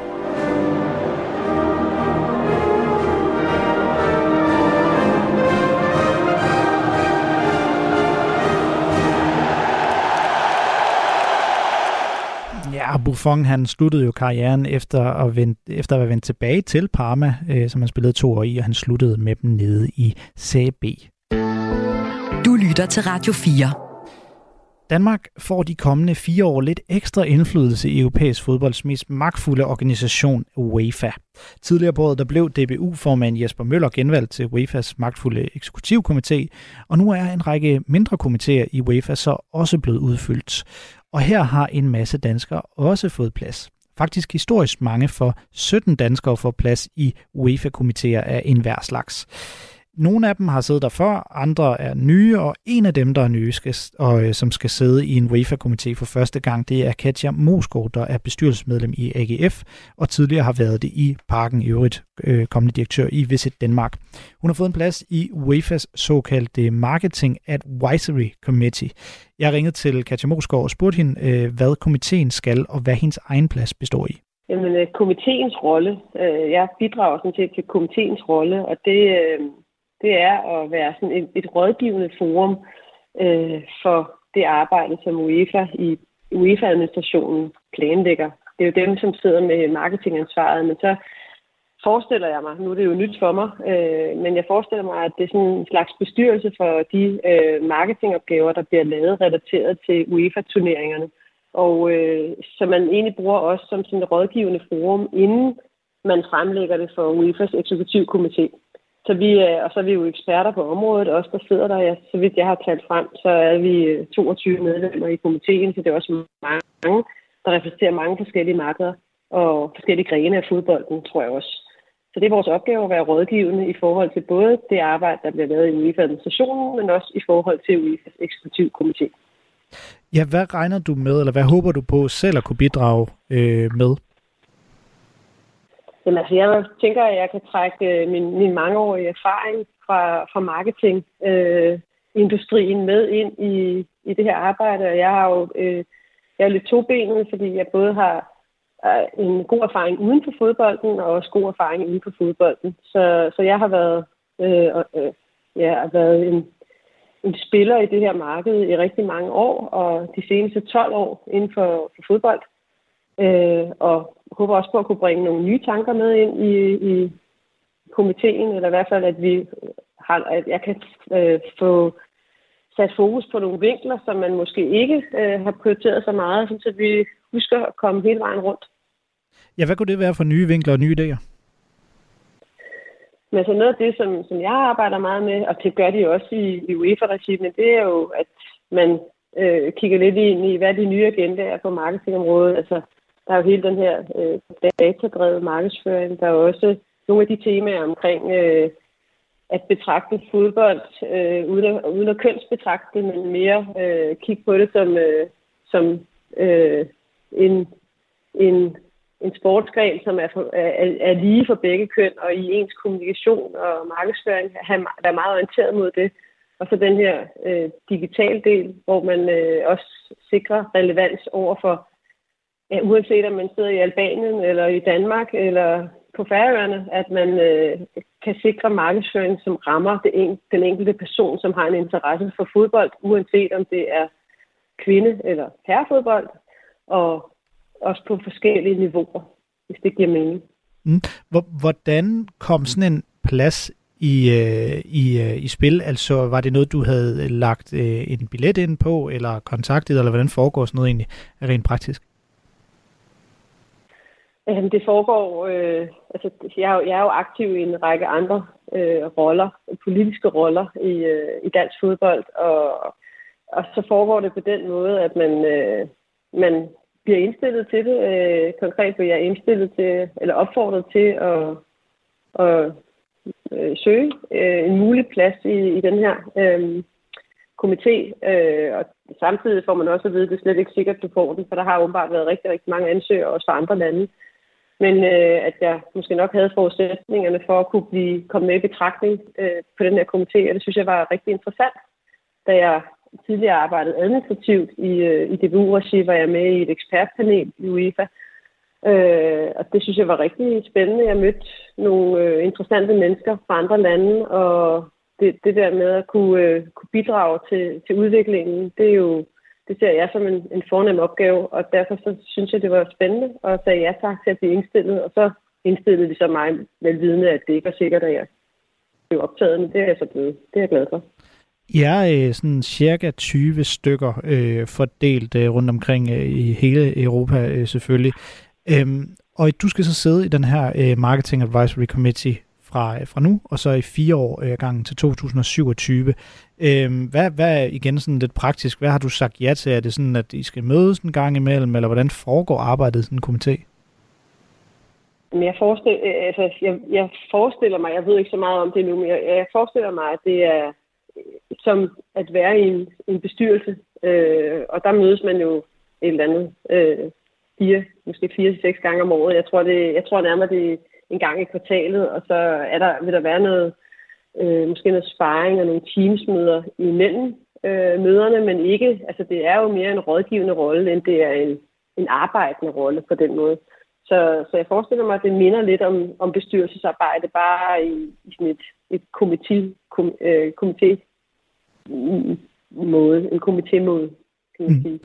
Ja, Buffon han sluttede jo karrieren efter at være vendt tilbage til Parma, som han spillede 2 år i, og han sluttede med dem nede i Serie B. Du lytter til Radio 4. Danmark får de kommende 4 år lidt ekstra indflydelse i europæisk fodbolds mest magtfulde organisation, UEFA. Tidligere på året der blev DBU-formand Jesper Møller genvalgt til UEFA's magtfulde eksekutivkomité, og nu er en række mindre komitéer i UEFA så også blevet udfyldt. Og her har en masse danskere også fået plads. Faktisk historisk mange, for 17 danskere får plads i UEFA-komitéer af enhver slags. Nogle af dem har siddet der før, andre er nye, og en af dem, der er nye, som skal sidde i en UEFA-komité for første gang, det er Katja Moesgaard, der er bestyrelsesmedlem i AGF, og tidligere har været det i Parken, i øvrigt kommende direktør i Visit Denmark. Hun har fået en plads i UEFA's såkaldte Marketing Advisory Committee. Jeg ringede til Katja Moesgaard og spurgte hende, hvad komiteen skal, og hvad hendes egen plads består i. Jamen, komiteens rolle, jeg bidrager sådan set til komiteens rolle, og det er at være sådan et rådgivende forum for det arbejde, som UEFA i UEFA-administrationen planlægger. Det er jo dem, som sidder med marketingansvaret, men så forestiller jeg mig, nu er det jo nyt for mig, men jeg forestiller mig, at det er sådan en slags bestyrelse for de marketingopgaver, der bliver lavet relateret til UEFA-turneringerne. Og så man egentlig bruger også som sådan et rådgivende forum, inden man fremlægger det for UEFA's eksekutivkomité. Så så er vi jo eksperter på området, også der sidder der. Så vidt jeg har talt frem, så er vi 22 medlemmer i komiteen, så det er også mange, der repræsenterer mange forskellige markeder og forskellige grene af fodbolden, tror jeg også. Så det er vores opgave at være rådgivende i forhold til både det arbejde, der bliver lavet i UEFA-administrationen, men også i forhold til UEFA's eksekutiv komité. Ja, hvad regner du med, eller hvad håber du på selv at kunne bidrage med? Jamen, altså, jeg tænker, at jeg kan trække min mangeårige erfaring fra marketingindustrien med ind i det her arbejde. Og jeg har jo jeg er lidt tobenet, fordi jeg både har en god erfaring uden for fodbolden, og også god erfaring uden for fodbolden. Så jeg har været en spiller i det her marked i rigtig mange år, og de seneste 12 år inden for fodbold. Og håber også på at kunne bringe nogle nye tanker med ind i komiteen, eller i hvert fald, at jeg kan få sat fokus på nogle vinkler, som man måske ikke har prioriteret så meget, så vi husker at komme hele vejen rundt. Ja, hvad kunne det være for nye vinkler og nye idéer? Men altså noget af det, som jeg arbejder meget med, og det gør de også i UEFA-regimen, det er jo, at man kigger lidt ind i, hvad de nye agendaer er på marketingområdet. Altså, der er jo hele den her datadrevet markedsføring. Der er også nogle af de temaer omkring at betragte fodbold, uden at kønsbetragte, men mere kigge på det som en sportsgren, som er lige for begge køn, og i ens kommunikation og markedsføring er meget orienteret mod det. Og så den her digital del, hvor man også sikrer relevans over for, uanset om man sidder i Albanien eller i Danmark eller på Færøerne, at man kan sikre markedsføring, som rammer den enkelte person, som har en interesse for fodbold, uanset om det er kvinde- eller herrefodbold, og også på forskellige niveauer, hvis det giver mening. Hvordan kom sådan en plads i spil? Altså, var det noget, du havde lagt en billet ind på, eller kontaktet, eller hvordan foregår sådan noget egentlig rent praktisk? Det foregår, jeg er jo aktiv i en række andre roller, politiske roller i dansk fodbold, og så foregår det på den måde, at man bliver indstillet til det. Konkret bliver jeg indstillet til, eller opfordret til at søge en mulig plads i den her komité, og samtidig får man også at vide, at det er slet ikke sikkert, at du får den, for der har åbenbart været rigtig, rigtig mange ansøgere, også fra andre lande. Men at jeg måske nok havde forudsætningerne for at kunne komme med i betragtning på den her komité, og det synes jeg var rigtig interessant, da jeg tidligere arbejdede administrativt i DBU-regi, var jeg med i et ekspertpanel i UEFA. Og det synes jeg var rigtig spændende. Jeg mødte nogle interessante mennesker fra andre lande, og det der med at kunne bidrage til udviklingen, det ser jeg som en fornem opgave, og derfor så synes jeg, det var spændende, og sagde ja tak til at blive indstillet, og så indstillede de så mig velvidende, at det ikke var sikkert, at jeg blev optaget, men det er jeg så blevet. Det er jeg glad for. Jeg er sådan cirka 20 stykker fordelt rundt omkring i hele Europa selvfølgelig. Og du skal så sidde i den her Marketing Advisory Committee fra nu, og så i 4 år gangen til 2027. Hvad er igen sådan lidt praktisk? Hvad har du sagt ja til? Er det sådan, at I skal mødes en gang imellem, eller hvordan foregår arbejdet i sådan en komité? Jeg forestiller mig, jeg ved ikke så meget om det nu, men jeg forestiller mig, at det er som at være i en bestyrelse, og der mødes man jo et eller andet 4-6 gange om året. Jeg tror nærmere, det er en gang i kvartalet, og så vil der være noget, måske noget sparring og nogle teamsmøder imellem møderne, men ikke, altså det er jo mere en rådgivende rolle, end det er en arbejdende rolle på den måde. Så jeg forestiller mig, at det minder lidt om bestyrelsesarbejde, bare i sådan et komitémåde, en komitémåde, kan man sige.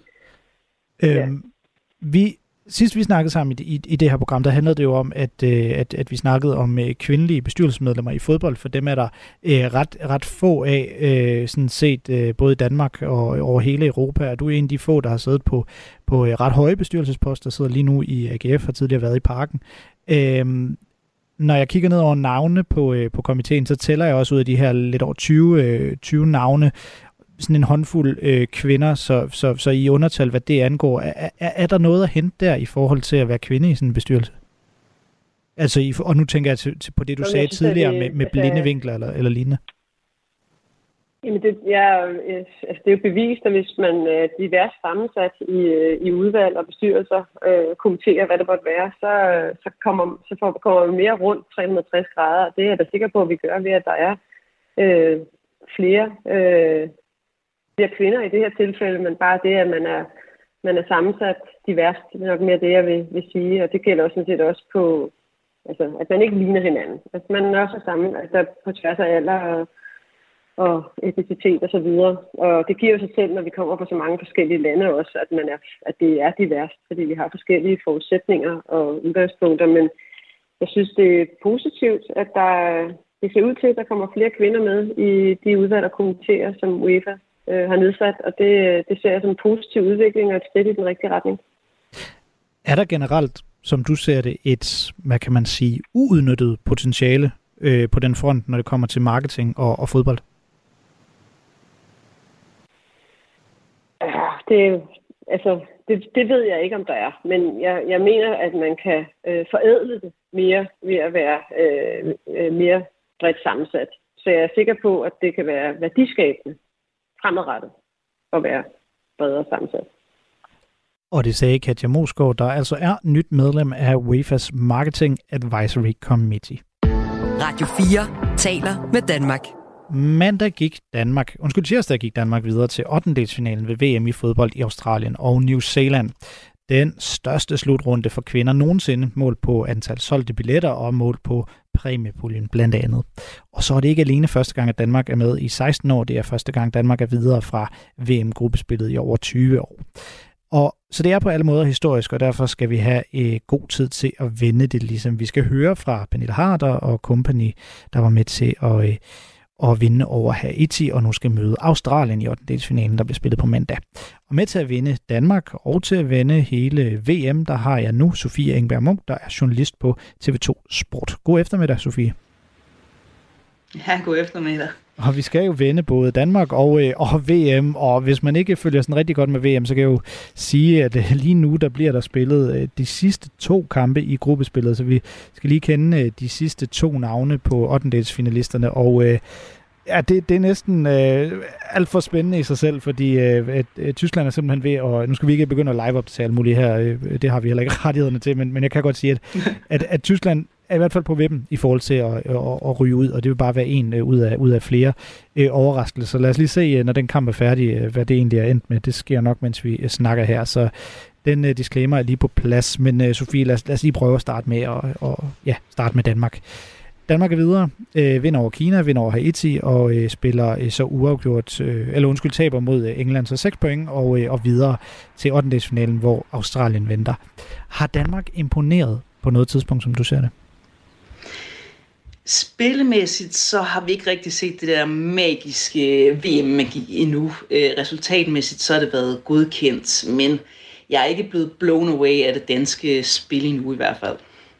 Sidst vi snakkede sammen i det her program, der handlede det jo om, at vi snakkede om kvindelige bestyrelsesmedlemmer i fodbold, for dem er der ret få af, sådan set både i Danmark og over hele Europa. Er du en af de få, der har siddet på ret høje bestyrelsesposter, sidder lige nu i AGF, har tidligere været i Parken. når jeg kigger ned over navne på komiteen, så tæller jeg også ud af de her lidt over 20 navne, sådan en håndfuld kvinder, så i undertal, hvad det angår. Er der noget at hente der i forhold til at være kvinde i sådan en bestyrelse? Altså, og nu tænker jeg på det, du sagde tidligere med blinde vinkler eller lignende. Jamen det er jo bevist, at hvis man er divers sammensat i udvalg og bestyrelser, kommenterer, hvad det måtte være, så kommer man mere rundt 360 grader. Og det er jeg da sikker på, at vi gør ved, at der er flere kvinder i det her tilfælde, men bare det, at man er sammensat divers, det er nok mere det, jeg vil sige. Og det gælder også sådan set også på, altså, at man ikke ligner hinanden. At man også er sammen, altså på tværs af alder og etnicitet og så videre. Og det giver jo sig selv, når vi kommer fra så mange forskellige lande også, at det er diverst, fordi vi har forskellige forudsætninger og udgangspunkter. Men jeg synes, det er positivt, at det ser ud til, at der kommer flere kvinder med i de udvalg og komiteer, som UEFA har nedsat. Og det ser jeg som en positiv udvikling og et skridt i den rigtige retning. Er der generelt, som du ser det, et, hvad kan man sige, uudnyttet potentiale på den front, når det kommer til marketing og fodbold? Det ved jeg ikke, om der er. Men jeg mener, at man kan forædle det mere ved at være mere bredt sammensat. Så jeg er sikker på, at det kan være værdiskabende fremadrettet at være bredere sammensat. Og det sagde Katja Moesgaard, der altså er nyt medlem af UEFA's Marketing Advisory Committee. Radio 4 taler med Danmark. Tirsdag gik Danmark videre til 8. ved VM i fodbold i Australien og New Zealand. Den største slutrunde for kvinder nogensinde, målt på antal solgte billetter og målt på præmiepuljen blandt andet. Og så er det ikke alene første gang, at Danmark er med i 16 år. Det er første gang, Danmark er videre fra VM-gruppespillet i over 20 år. Og så det er på alle måder historisk, og derfor skal vi have god tid til at vende det, ligesom vi skal høre fra Pernille Harder og company, der var med til at vinde over Haiti, og nu skal møde Australien i 8. der bliver spillet på mandag. Og med til at vinde Danmark og til at vinde hele VM, der har jeg nu Sofie Engberg Munch, der er journalist på TV2 Sport. God eftermiddag, Sofie. Ja, god eftermiddag. Og vi skal jo vende både Danmark og VM, og hvis man ikke følger sådan rigtig godt med VM, så kan jeg jo sige, at lige nu der bliver der spillet de sidste 2 kampe i gruppespillet, så vi skal lige kende de sidste 2 navne på 8. finalisterne, og det er næsten alt for spændende i sig selv, fordi Tyskland er simpelthen ved, og nu skal vi ikke begynde at live-optage alt muligt her, det har vi heller ikke rettighederne til, men jeg kan godt sige, at Tyskland er i hvert fald på vippen i forhold til at ryge ud, og det vil bare være en ud af flere overraskelser. Lad os lige se, når den kamp er færdig, hvad det egentlig er endt med. Det sker nok, mens vi snakker her, så den disclaimer er lige på plads. Men Sofie, lad os lige prøve at starte med Danmark. Danmark er videre, vinder over Kina, vinder over Haiti og spiller så taber mod England, så 6 point og videre til 8. finalen, hvor Australien venter. Har Danmark imponeret på noget tidspunkt, som du ser det? Spillemæssigt så har vi ikke rigtig set det der magiske VM-magi endnu. Resultatmæssigt så har det været godkendt, men jeg er ikke blevet blown away af det danske spil endnu i hvert fald.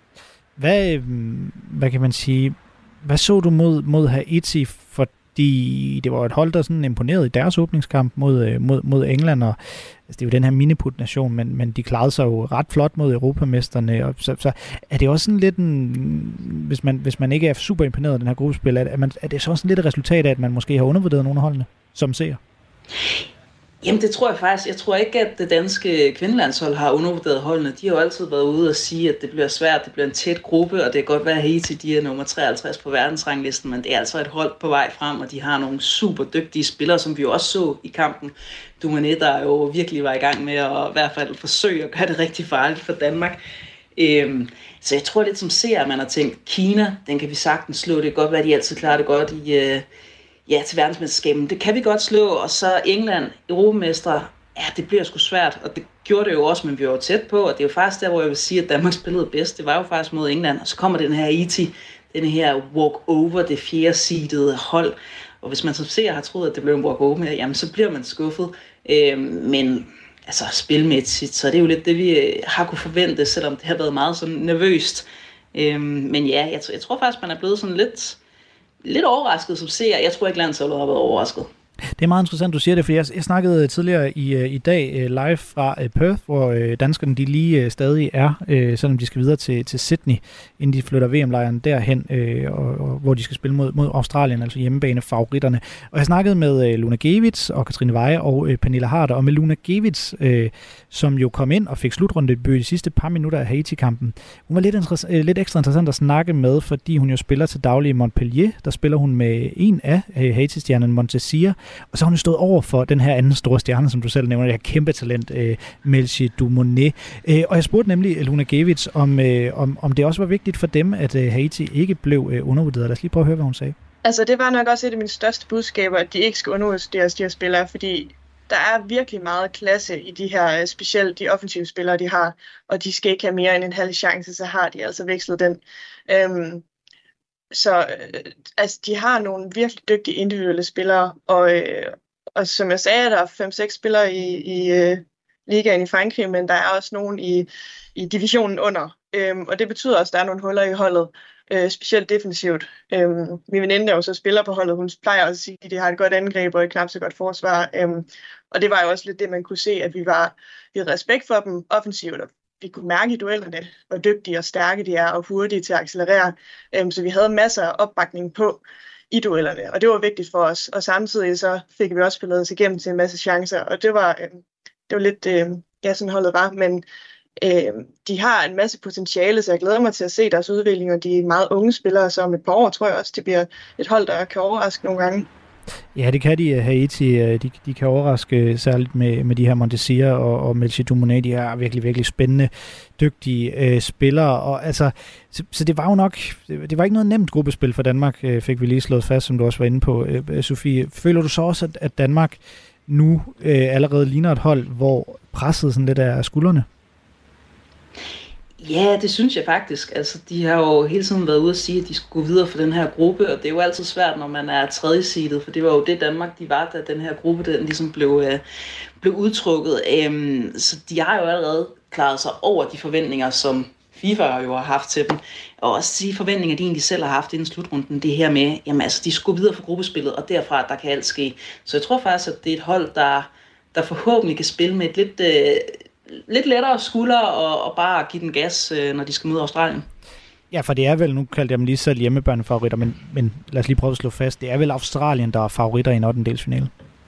Hvad kan man sige? Hvad så du mod Haiti? Fordi det var et hold, der sådan imponerede i deres åbningskamp mod England, og altså, det er jo den her miniput-nation, men de klarede sig jo ret flot mod europamesterne. Og så er det også sådan lidt hvis man ikke er super imponeret af den her gruppespil, er det så også lidt et resultat af, at man måske har undervurderet nogle af holdene, som ser? Jamen det tror jeg faktisk. Jeg tror ikke, at det danske kvindelandshold har undervurderet holdene. De har jo altid været ude og sige, at det bliver svært, det bliver en tæt gruppe, og det kan godt være, at Haiti de er nummer 53 på verdensranglisten, men det er altså et hold på vej frem, og de har nogle super dygtige spillere, som vi jo også så i kampen. Dumanet, der jo virkelig var i gang med at i hvert fald forsøge at gøre det rigtig farligt for Danmark. Så jeg tror lidt som ser, at man har tænkt, Kina, den kan vi sagtens slå. Det kan godt være, at de altid klarer det godt til verdensmesterskabet. Det kan vi godt slå, og så England, europamestre, det bliver sgu svært, og det gjorde det jo også, men vi var jo tæt på, og det er jo faktisk der, hvor jeg vil sige, at Danmark spillede bedst. Det var jo faktisk mod England, og så kommer den her Haiti, den her walk-over, det 4. seedede hold, og hvis man som ser har troet, at det blev en walk-over, jamen så bliver man skuffet, men altså spilmæssigt, så det er jo lidt det, vi har kunne forvente, selvom det har været meget sådan nervøst. Men ja, jeg tror faktisk, man er blevet sådan lidt overrasket som seer. Jeg tror ikke, landsholdet har været overrasket. Det er meget interessant, du siger det, for jeg snakkede tidligere i dag live fra Perth, hvor danskerne de lige stadig er, selvom de skal videre til Sydney, inden de flytter VM-lejren derhen, og hvor de skal spille mod Australien, altså hjemmebane-favoritterne. Og jeg snakkede med Luna Gewitz og Katrine Weje og Pernille Harder, og med Luna Gewitz, som jo kom ind og fik slutrundedebut de sidste par minutter af Haiti-kampen. Hun var lidt ekstra interessant at snakke med, fordi hun jo spiller til daglig i Montpellier. Der spiller hun med en af Haiti-stjernen, Montesir. Og så har hun stået over for den her anden store stjerne, som du selv nævner, det her kæmpe talent, Melchi Dumonet. Og jeg spurgte nemlig Luna Gewitz, om det også var vigtigt for dem, at Haiti ikke blev undervurderet. Lad os lige prøve at høre, hvad hun sagde. Altså, det var nok også et af mine største budskaber, at de ikke skal undervurderes, de her spillere, fordi der er virkelig meget klasse i de her, specielt de offensive spillere, de har, og de skal ikke have mere end en halv chance, så har de altså vekslet den. Så altså, de har nogle virkelig dygtige individuelle spillere, og som jeg sagde, der er 5-6 spillere i ligaen i Frankrig, men der er også nogen i divisionen under. Og det betyder også, at der er nogle huller i holdet, specielt defensivt. Min veninde, der jo så spiller på holdet, hun plejer også at sige, at de har et godt angreb og et knap så godt forsvar. Og det var jo også lidt det, man kunne se, at vi havde respekt for dem offensivt, og vi kunne mærke i duellerne, hvor dygtige og stærke de er, og hurtige til at accelerere. Så vi havde masser af opbakning på i duellerne, og det var vigtigt for os. Og samtidig så fik vi også spillet os igennem til en masse chancer, og det var lidt, sådan holdet var. Men de har en masse potentiale, så jeg glæder mig til at se deres udvikling, og de er meget unge spillere, så om et par år tror jeg også, det bliver et hold, der kan overraske nogle gange. Ja, det kan de. Haiti, de kan overraske særligt med de her Montesir og Melchi Dumonet. De er virkelig, virkelig spændende, dygtige spillere. Og altså, så det var jo nok, det var ikke noget nemt gruppespil for Danmark, fik vi lige slået fast, som du også var inde på, Sofie. Føler du så også, at Danmark nu allerede ligner et hold, hvor presset sådan lidt er af skuldrene? Ja, det synes jeg faktisk. Altså, de har jo hele tiden været ude at sige, at de skulle gå videre for den her gruppe, og det er jo altid svært, når man er tredje seedet, for det var jo det Danmark, de var, da den her gruppe, den ligesom blev udtrukket. Så de har jo allerede klaret sig over de forventninger, som FIFA jo har haft til dem, og også de forventninger, de egentlig selv har haft inden slutrunden, det her med, jamen altså, de skulle videre for gruppespillet, og derfra, der kan alt ske. Så jeg tror faktisk, at det er et hold, der forhåbentlig kan spille med et lidt lettere skulder og bare give den gas, når de skal møde Australien. Ja, for det er vel, nu kaldte jeg dem lige selv hjemmebørnefavoritter, men lad os lige prøve at slå fast, det er vel Australien, der er favoritter i en 8-delsfinale?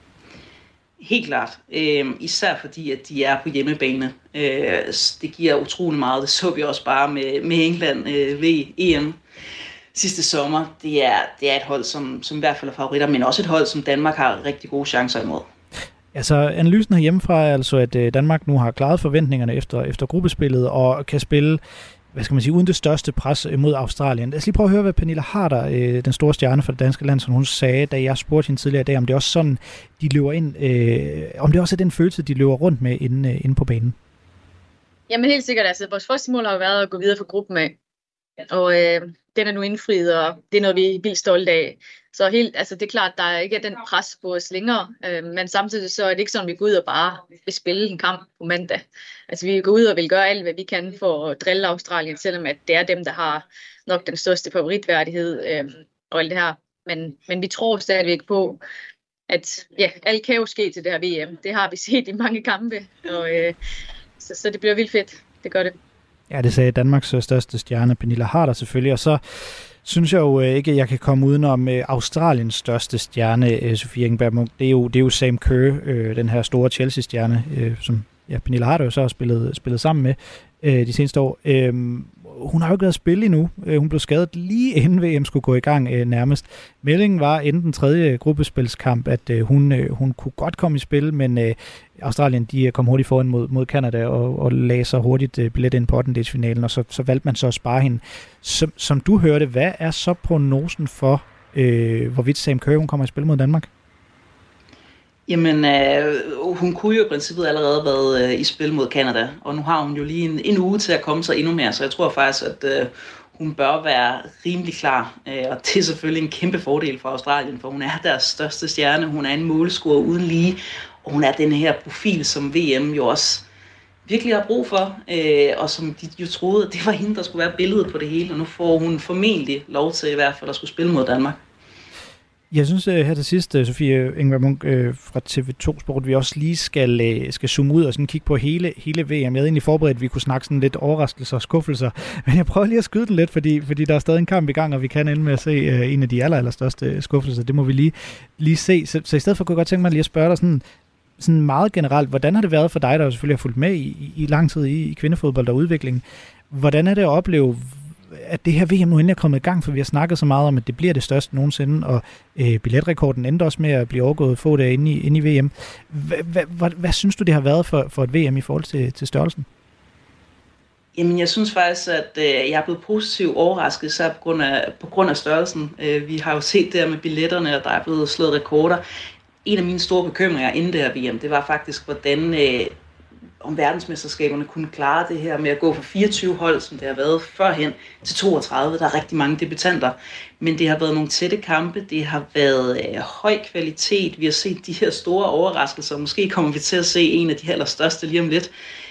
Helt klart. Især fordi, at de er på hjemmebane. Det giver utrolig meget. Det så vi også bare med England ved EM sidste sommer. Det er et hold, som i hvert fald er favoritter, men også et hold, som Danmark har rigtig gode chancer imod. Altså, analysen herhjemmefra er altså, at Danmark nu har klaret forventningerne efter gruppespillet og kan spille, hvad skal man sige, uden det største pres mod Australien. Lad os lige prøve at høre, hvad Pernille Harder, den store stjerne for det danske land, som hun sagde, da jeg spurgte hende tidligere i dag, om det også sådan, de løber ind, om det også er den følelse, de løber rundt med inde på banen. Jamen helt sikkert, altså vores første mål har jo været at gå videre for gruppen af, og den er nu indfriet, og det er noget, vi er vildt stolte af. Så det er klart, der er ikke den pres på os længere, men samtidig så er det ikke sådan, at vi går ud og bare vil spille en kamp på mandag. Altså vi går ud og vil gøre alt, hvad vi kan for at drille Australien, selvom at det er dem, der har nok den største favoritværdighed og alt det her. Men vi tror stadigvæk på, at ja, alt kan jo ske til det her VM. Det har vi set i mange kampe, og så det bliver vildt fedt. Det gør det. Ja, det sagde Danmarks største stjerne, Pernille Harder selvfølgelig, og så synes jeg jo ikke, at jeg kan komme udenom Australiens største stjerne, Sofie Ingeberg Munch. Det er jo Sam Kerr, den her store Chelsea-stjerne, som Pernille Harder jo så har spillet sammen med de seneste år. Hun har jo ikke været at spille endnu. Hun blev skadet lige inden VM skulle gå i gang nærmest. Meldingen var inden den tredje gruppespilskamp, at hun kunne godt komme i spil, men Australien de kom hurtigt foran mod Canada og lagde sig hurtigt billet ind på 8-delsfinalen, og så valgte man så at spare hende. Som du hørte, hvad er så prognosen for, hvorvidt Sam Kerr hun kommer i spil mod Danmark? Jamen, hun kunne jo i princippet allerede været i spil mod Canada, og nu har hun jo lige en uge til at komme sig endnu mere, så jeg tror faktisk, at hun bør være rimelig klar, og det er selvfølgelig en kæmpe fordel for Australien, for hun er deres største stjerne, hun er en målscorer uden lige, og hun er den her profil, som VM jo også virkelig har brug for, og som de jo troede, at det var hende, der skulle være billedet på det hele, og nu får hun formentlig lov til i hvert fald at skulle spille mod Danmark. Jeg synes her til sidst, Sofie Engberg Munch fra TV2 Sport, vi også lige skal zoome ud og sådan kigge på hele VM. Jeg havde egentlig forberedt, at vi kunne snakke sådan lidt overraskelser og skuffelser, men jeg prøver lige at skyde den lidt, fordi der er stadig en kamp i gang, og vi kan ende med at se en af de allerstørste skuffelser. Det må vi lige se. Så i stedet for kunne jeg godt tænke mig lige at spørge dig sådan meget generelt, hvordan har det været for dig, der jo selvfølgelig har fulgt med i lang tid i kvindefodbold og udviklingen? Hvordan er det at opleve, at det her VM nu endelig er kommet i gang, for vi har snakket så meget om, at det bliver det største nogensinde, og billetrekorden endte også med at blive overgået få dage inde i VM. Hvad synes du, det har været for et VM i forhold til størrelsen? Jamen, jeg synes faktisk, at jeg er blevet positivt overrasket, så på grund af størrelsen. Vi har jo set det her med billetterne, og der er blevet slået rekorder. En af mine store bekymringer inden det her VM, det var faktisk, hvordan om verdensmesterskaberne kunne klare det her med at gå fra 24 hold, som det har været førhen, til 32. Der er rigtig mange debutanter, men det har været nogle tætte kampe, det har været høj kvalitet, vi har set de her store overraskelser, måske kommer vi til at se en af de allerstørste lige om lidt,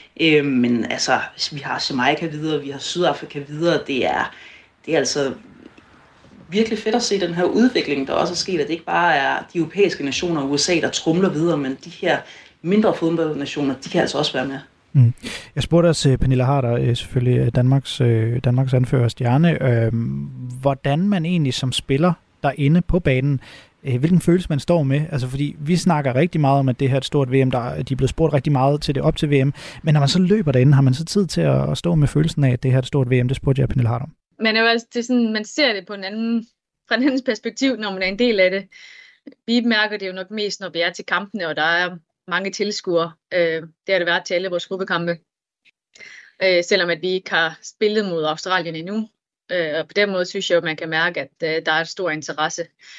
men altså, vi har Jamaica videre, vi har Sydafrika videre, det er altså virkelig fedt at se den her udvikling, der også er sket, at det ikke bare er de europæiske nationer og USA, der trumler videre, men de her mindre fodboldnationer, de kan altså også være med. Jeg spurgte også Pernille Harder, selvfølgelig Danmarks anfører stjerne, hvordan man egentlig som spiller derinde på banen, hvilken følelse man står med. Altså fordi vi snakker rigtig meget om, at det her er et stort VM, de er blevet spurgt rigtig meget til det op til VM, men når man så løber derinde, har man så tid til at stå med følelsen af, at det her er et stort VM? Det spurgte jeg Pernille Harder. Men altså, det er sådan, man ser det fra en andens perspektiv, når man er en del af det. Vi mærker det jo nok mest, når vi er til kampene, og der er mange tilskuere. Det har det været til alle vores gruppekampe. Selvom at vi ikke har spillet mod Australien endnu. Og på den måde synes jeg, at man kan mærke, at der er et stor interesse.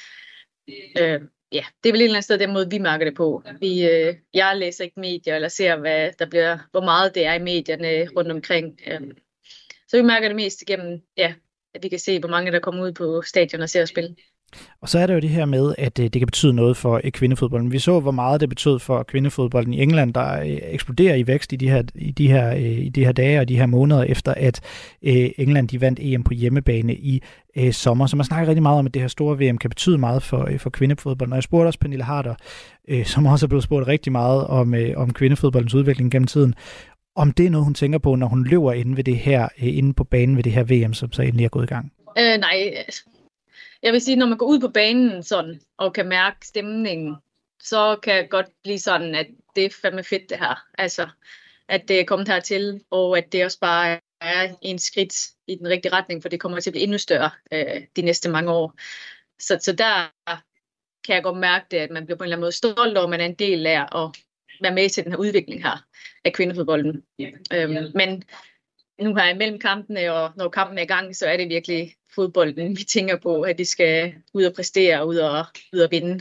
Ja, det er vel et eller andet sted den måde, vi mærker det på. Jeg læser ikke medier, eller ser, hvor meget det er i medierne rundt omkring. Så vi mærker det mest igennem, at vi kan se, hvor mange der kommer ud på stadion og ser at spille. Og så er det jo det her med, at det kan betyde noget for kvindefodbolden. Vi så, hvor meget det betød for kvindefodbolden i England, der eksploderer i vækst i de her dage og de her måneder, efter at England de vandt EM på hjemmebane i sommer. Så man snakker rigtig meget om, at det her store VM kan betyde meget for kvindefodbolden. Og jeg spurgte også Pernille Harder, som også er blevet spurgt rigtig meget om kvindefodboldens udvikling gennem tiden, om det er noget, hun tænker på, når hun løber inde på banen ved det her VM, som så endelig er gået i gang. Nej, jeg vil sige, når man går ud på banen sådan, og kan mærke stemningen, så kan det godt blive sådan, at det er fandme fedt det her. Altså, at det er kommet hertil, og at det også bare er en skridt i den rigtige retning, for det kommer til at blive endnu større de næste mange år. Så der kan jeg godt mærke det, at man bliver på en eller anden måde stolt over, at man er en del af at være med til den her udvikling her af kvindefodbolden. Men nu her imellem kampene, og når kampen er i gang, så er det virkelig fodbolden, vi tænker på, at de skal ud og præstere og ud og vinde.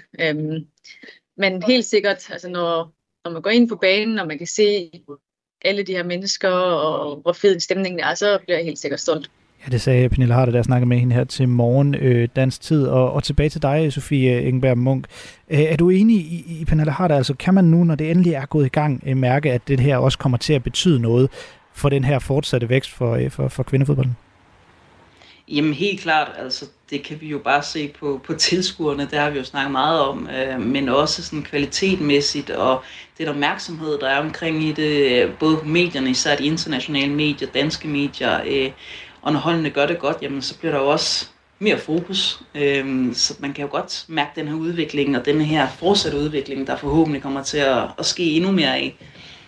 Men helt sikkert, altså når man går ind på banen, og man kan se alle de her mennesker, og hvor fed en stemning er, så bliver jeg helt sikkert stolt. Ja, det sagde Pernille Harder, der snakkede med hende her til morgen dansk tid. Og tilbage til dig, Sofie Engberg Munch. Er du enig i Pernille Harder? Altså kan man nu, når det endelig er gået i gang, mærke, at det her også kommer til at betyde noget for den her fortsatte vækst for kvindefodbolden? Jamen helt klart, altså det kan vi jo bare se på tilskuerne, det har vi jo snakket meget om, men også sådan kvalitetmæssigt og den opmærksomhed, der er omkring i det, både på medierne, især de internationale medier, danske medier, og når holdene gør det godt, jamen så bliver der jo også mere fokus, så man kan jo godt mærke den her udvikling og den her fortsatte udvikling, der forhåbentlig kommer til at ske endnu mere af.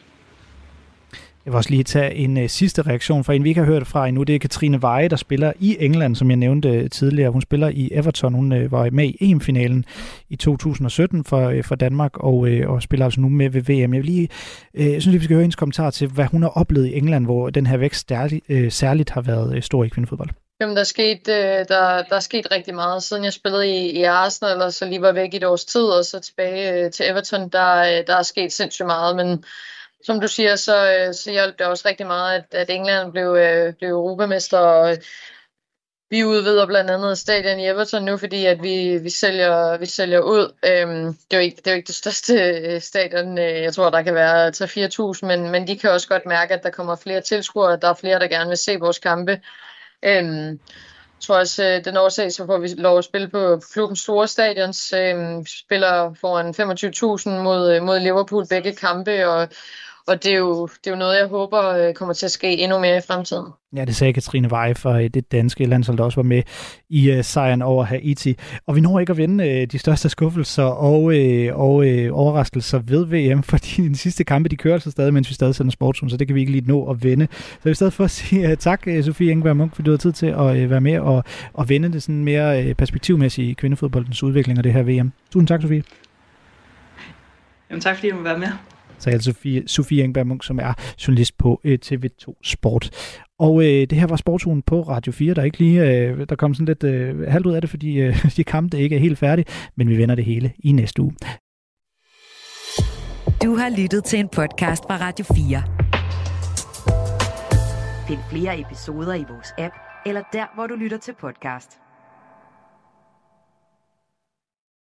Jeg vil også lige tage en sidste reaktion fra en, vi ikke har hørt fra endnu. Det er Katrine Veje, der spiller i England, som jeg nævnte tidligere. Hun spiller i Everton. Hun var med i EM-finalen i 2017 for Danmark, og spiller altså nu med ved VM. Jeg synes, vi skal høre hendes kommentar til, hvad hun har oplevet i England, hvor den her vækst særligt har været stor i kvindefodbold. Jamen, der er sket rigtig meget. Siden jeg spillede i Arsenal, og så lige var væk i et års tid, og så tilbage til Everton, der er sket sindssygt meget, men som du siger, så hjalp det også rigtig meget, at England blev europamester, Vi udvider blandt andet stadion i Everton nu, fordi at vi sælger ud. Det er jo ikke det største stadion. Jeg tror, der kan være 3-4.000, men de kan også godt mærke, at der kommer flere tilskuere. Der er flere, der gerne vil se vores kampe. Jeg tror også, den årsag, så får vi lov at spille på klubbens store stadions. Vi spiller foran 25.000 mod Liverpool begge kampe, og det er jo noget, jeg håber kommer til at ske endnu mere i fremtiden. Ja, det sagde Katrine Veje fra det danske landshold, der også var med i sejren over Haiti. Og vi når ikke at vinde de største skuffelser og overraskelser ved VM, fordi den sidste kampe, de kører altså stadig, mens vi stadig sender Sportsugen, så det kan vi ikke lige nå at vinde. Så jeg vil stadig for at sige tak, Sofie Engberg Munch, fordi du har tid til at være med og vende det sådan mere perspektivmæssigt i kvindefodboldens udvikling og det her VM. Tusind tak, Sofie. Jamen tak, fordi du må være med. Så altså Sofie Engberg Munch, som er journalist på TV2 Sport. Og det her var Sportsugen på Radio 4. Der er ikke lige, der kom sådan lidt halvt ud af det, fordi de kampe ikke er helt færdige, men vi vender det hele i næste uge. Du har lyttet til en podcast fra Radio 4. Find flere episoder i vores app, eller der, hvor du lytter til podcast.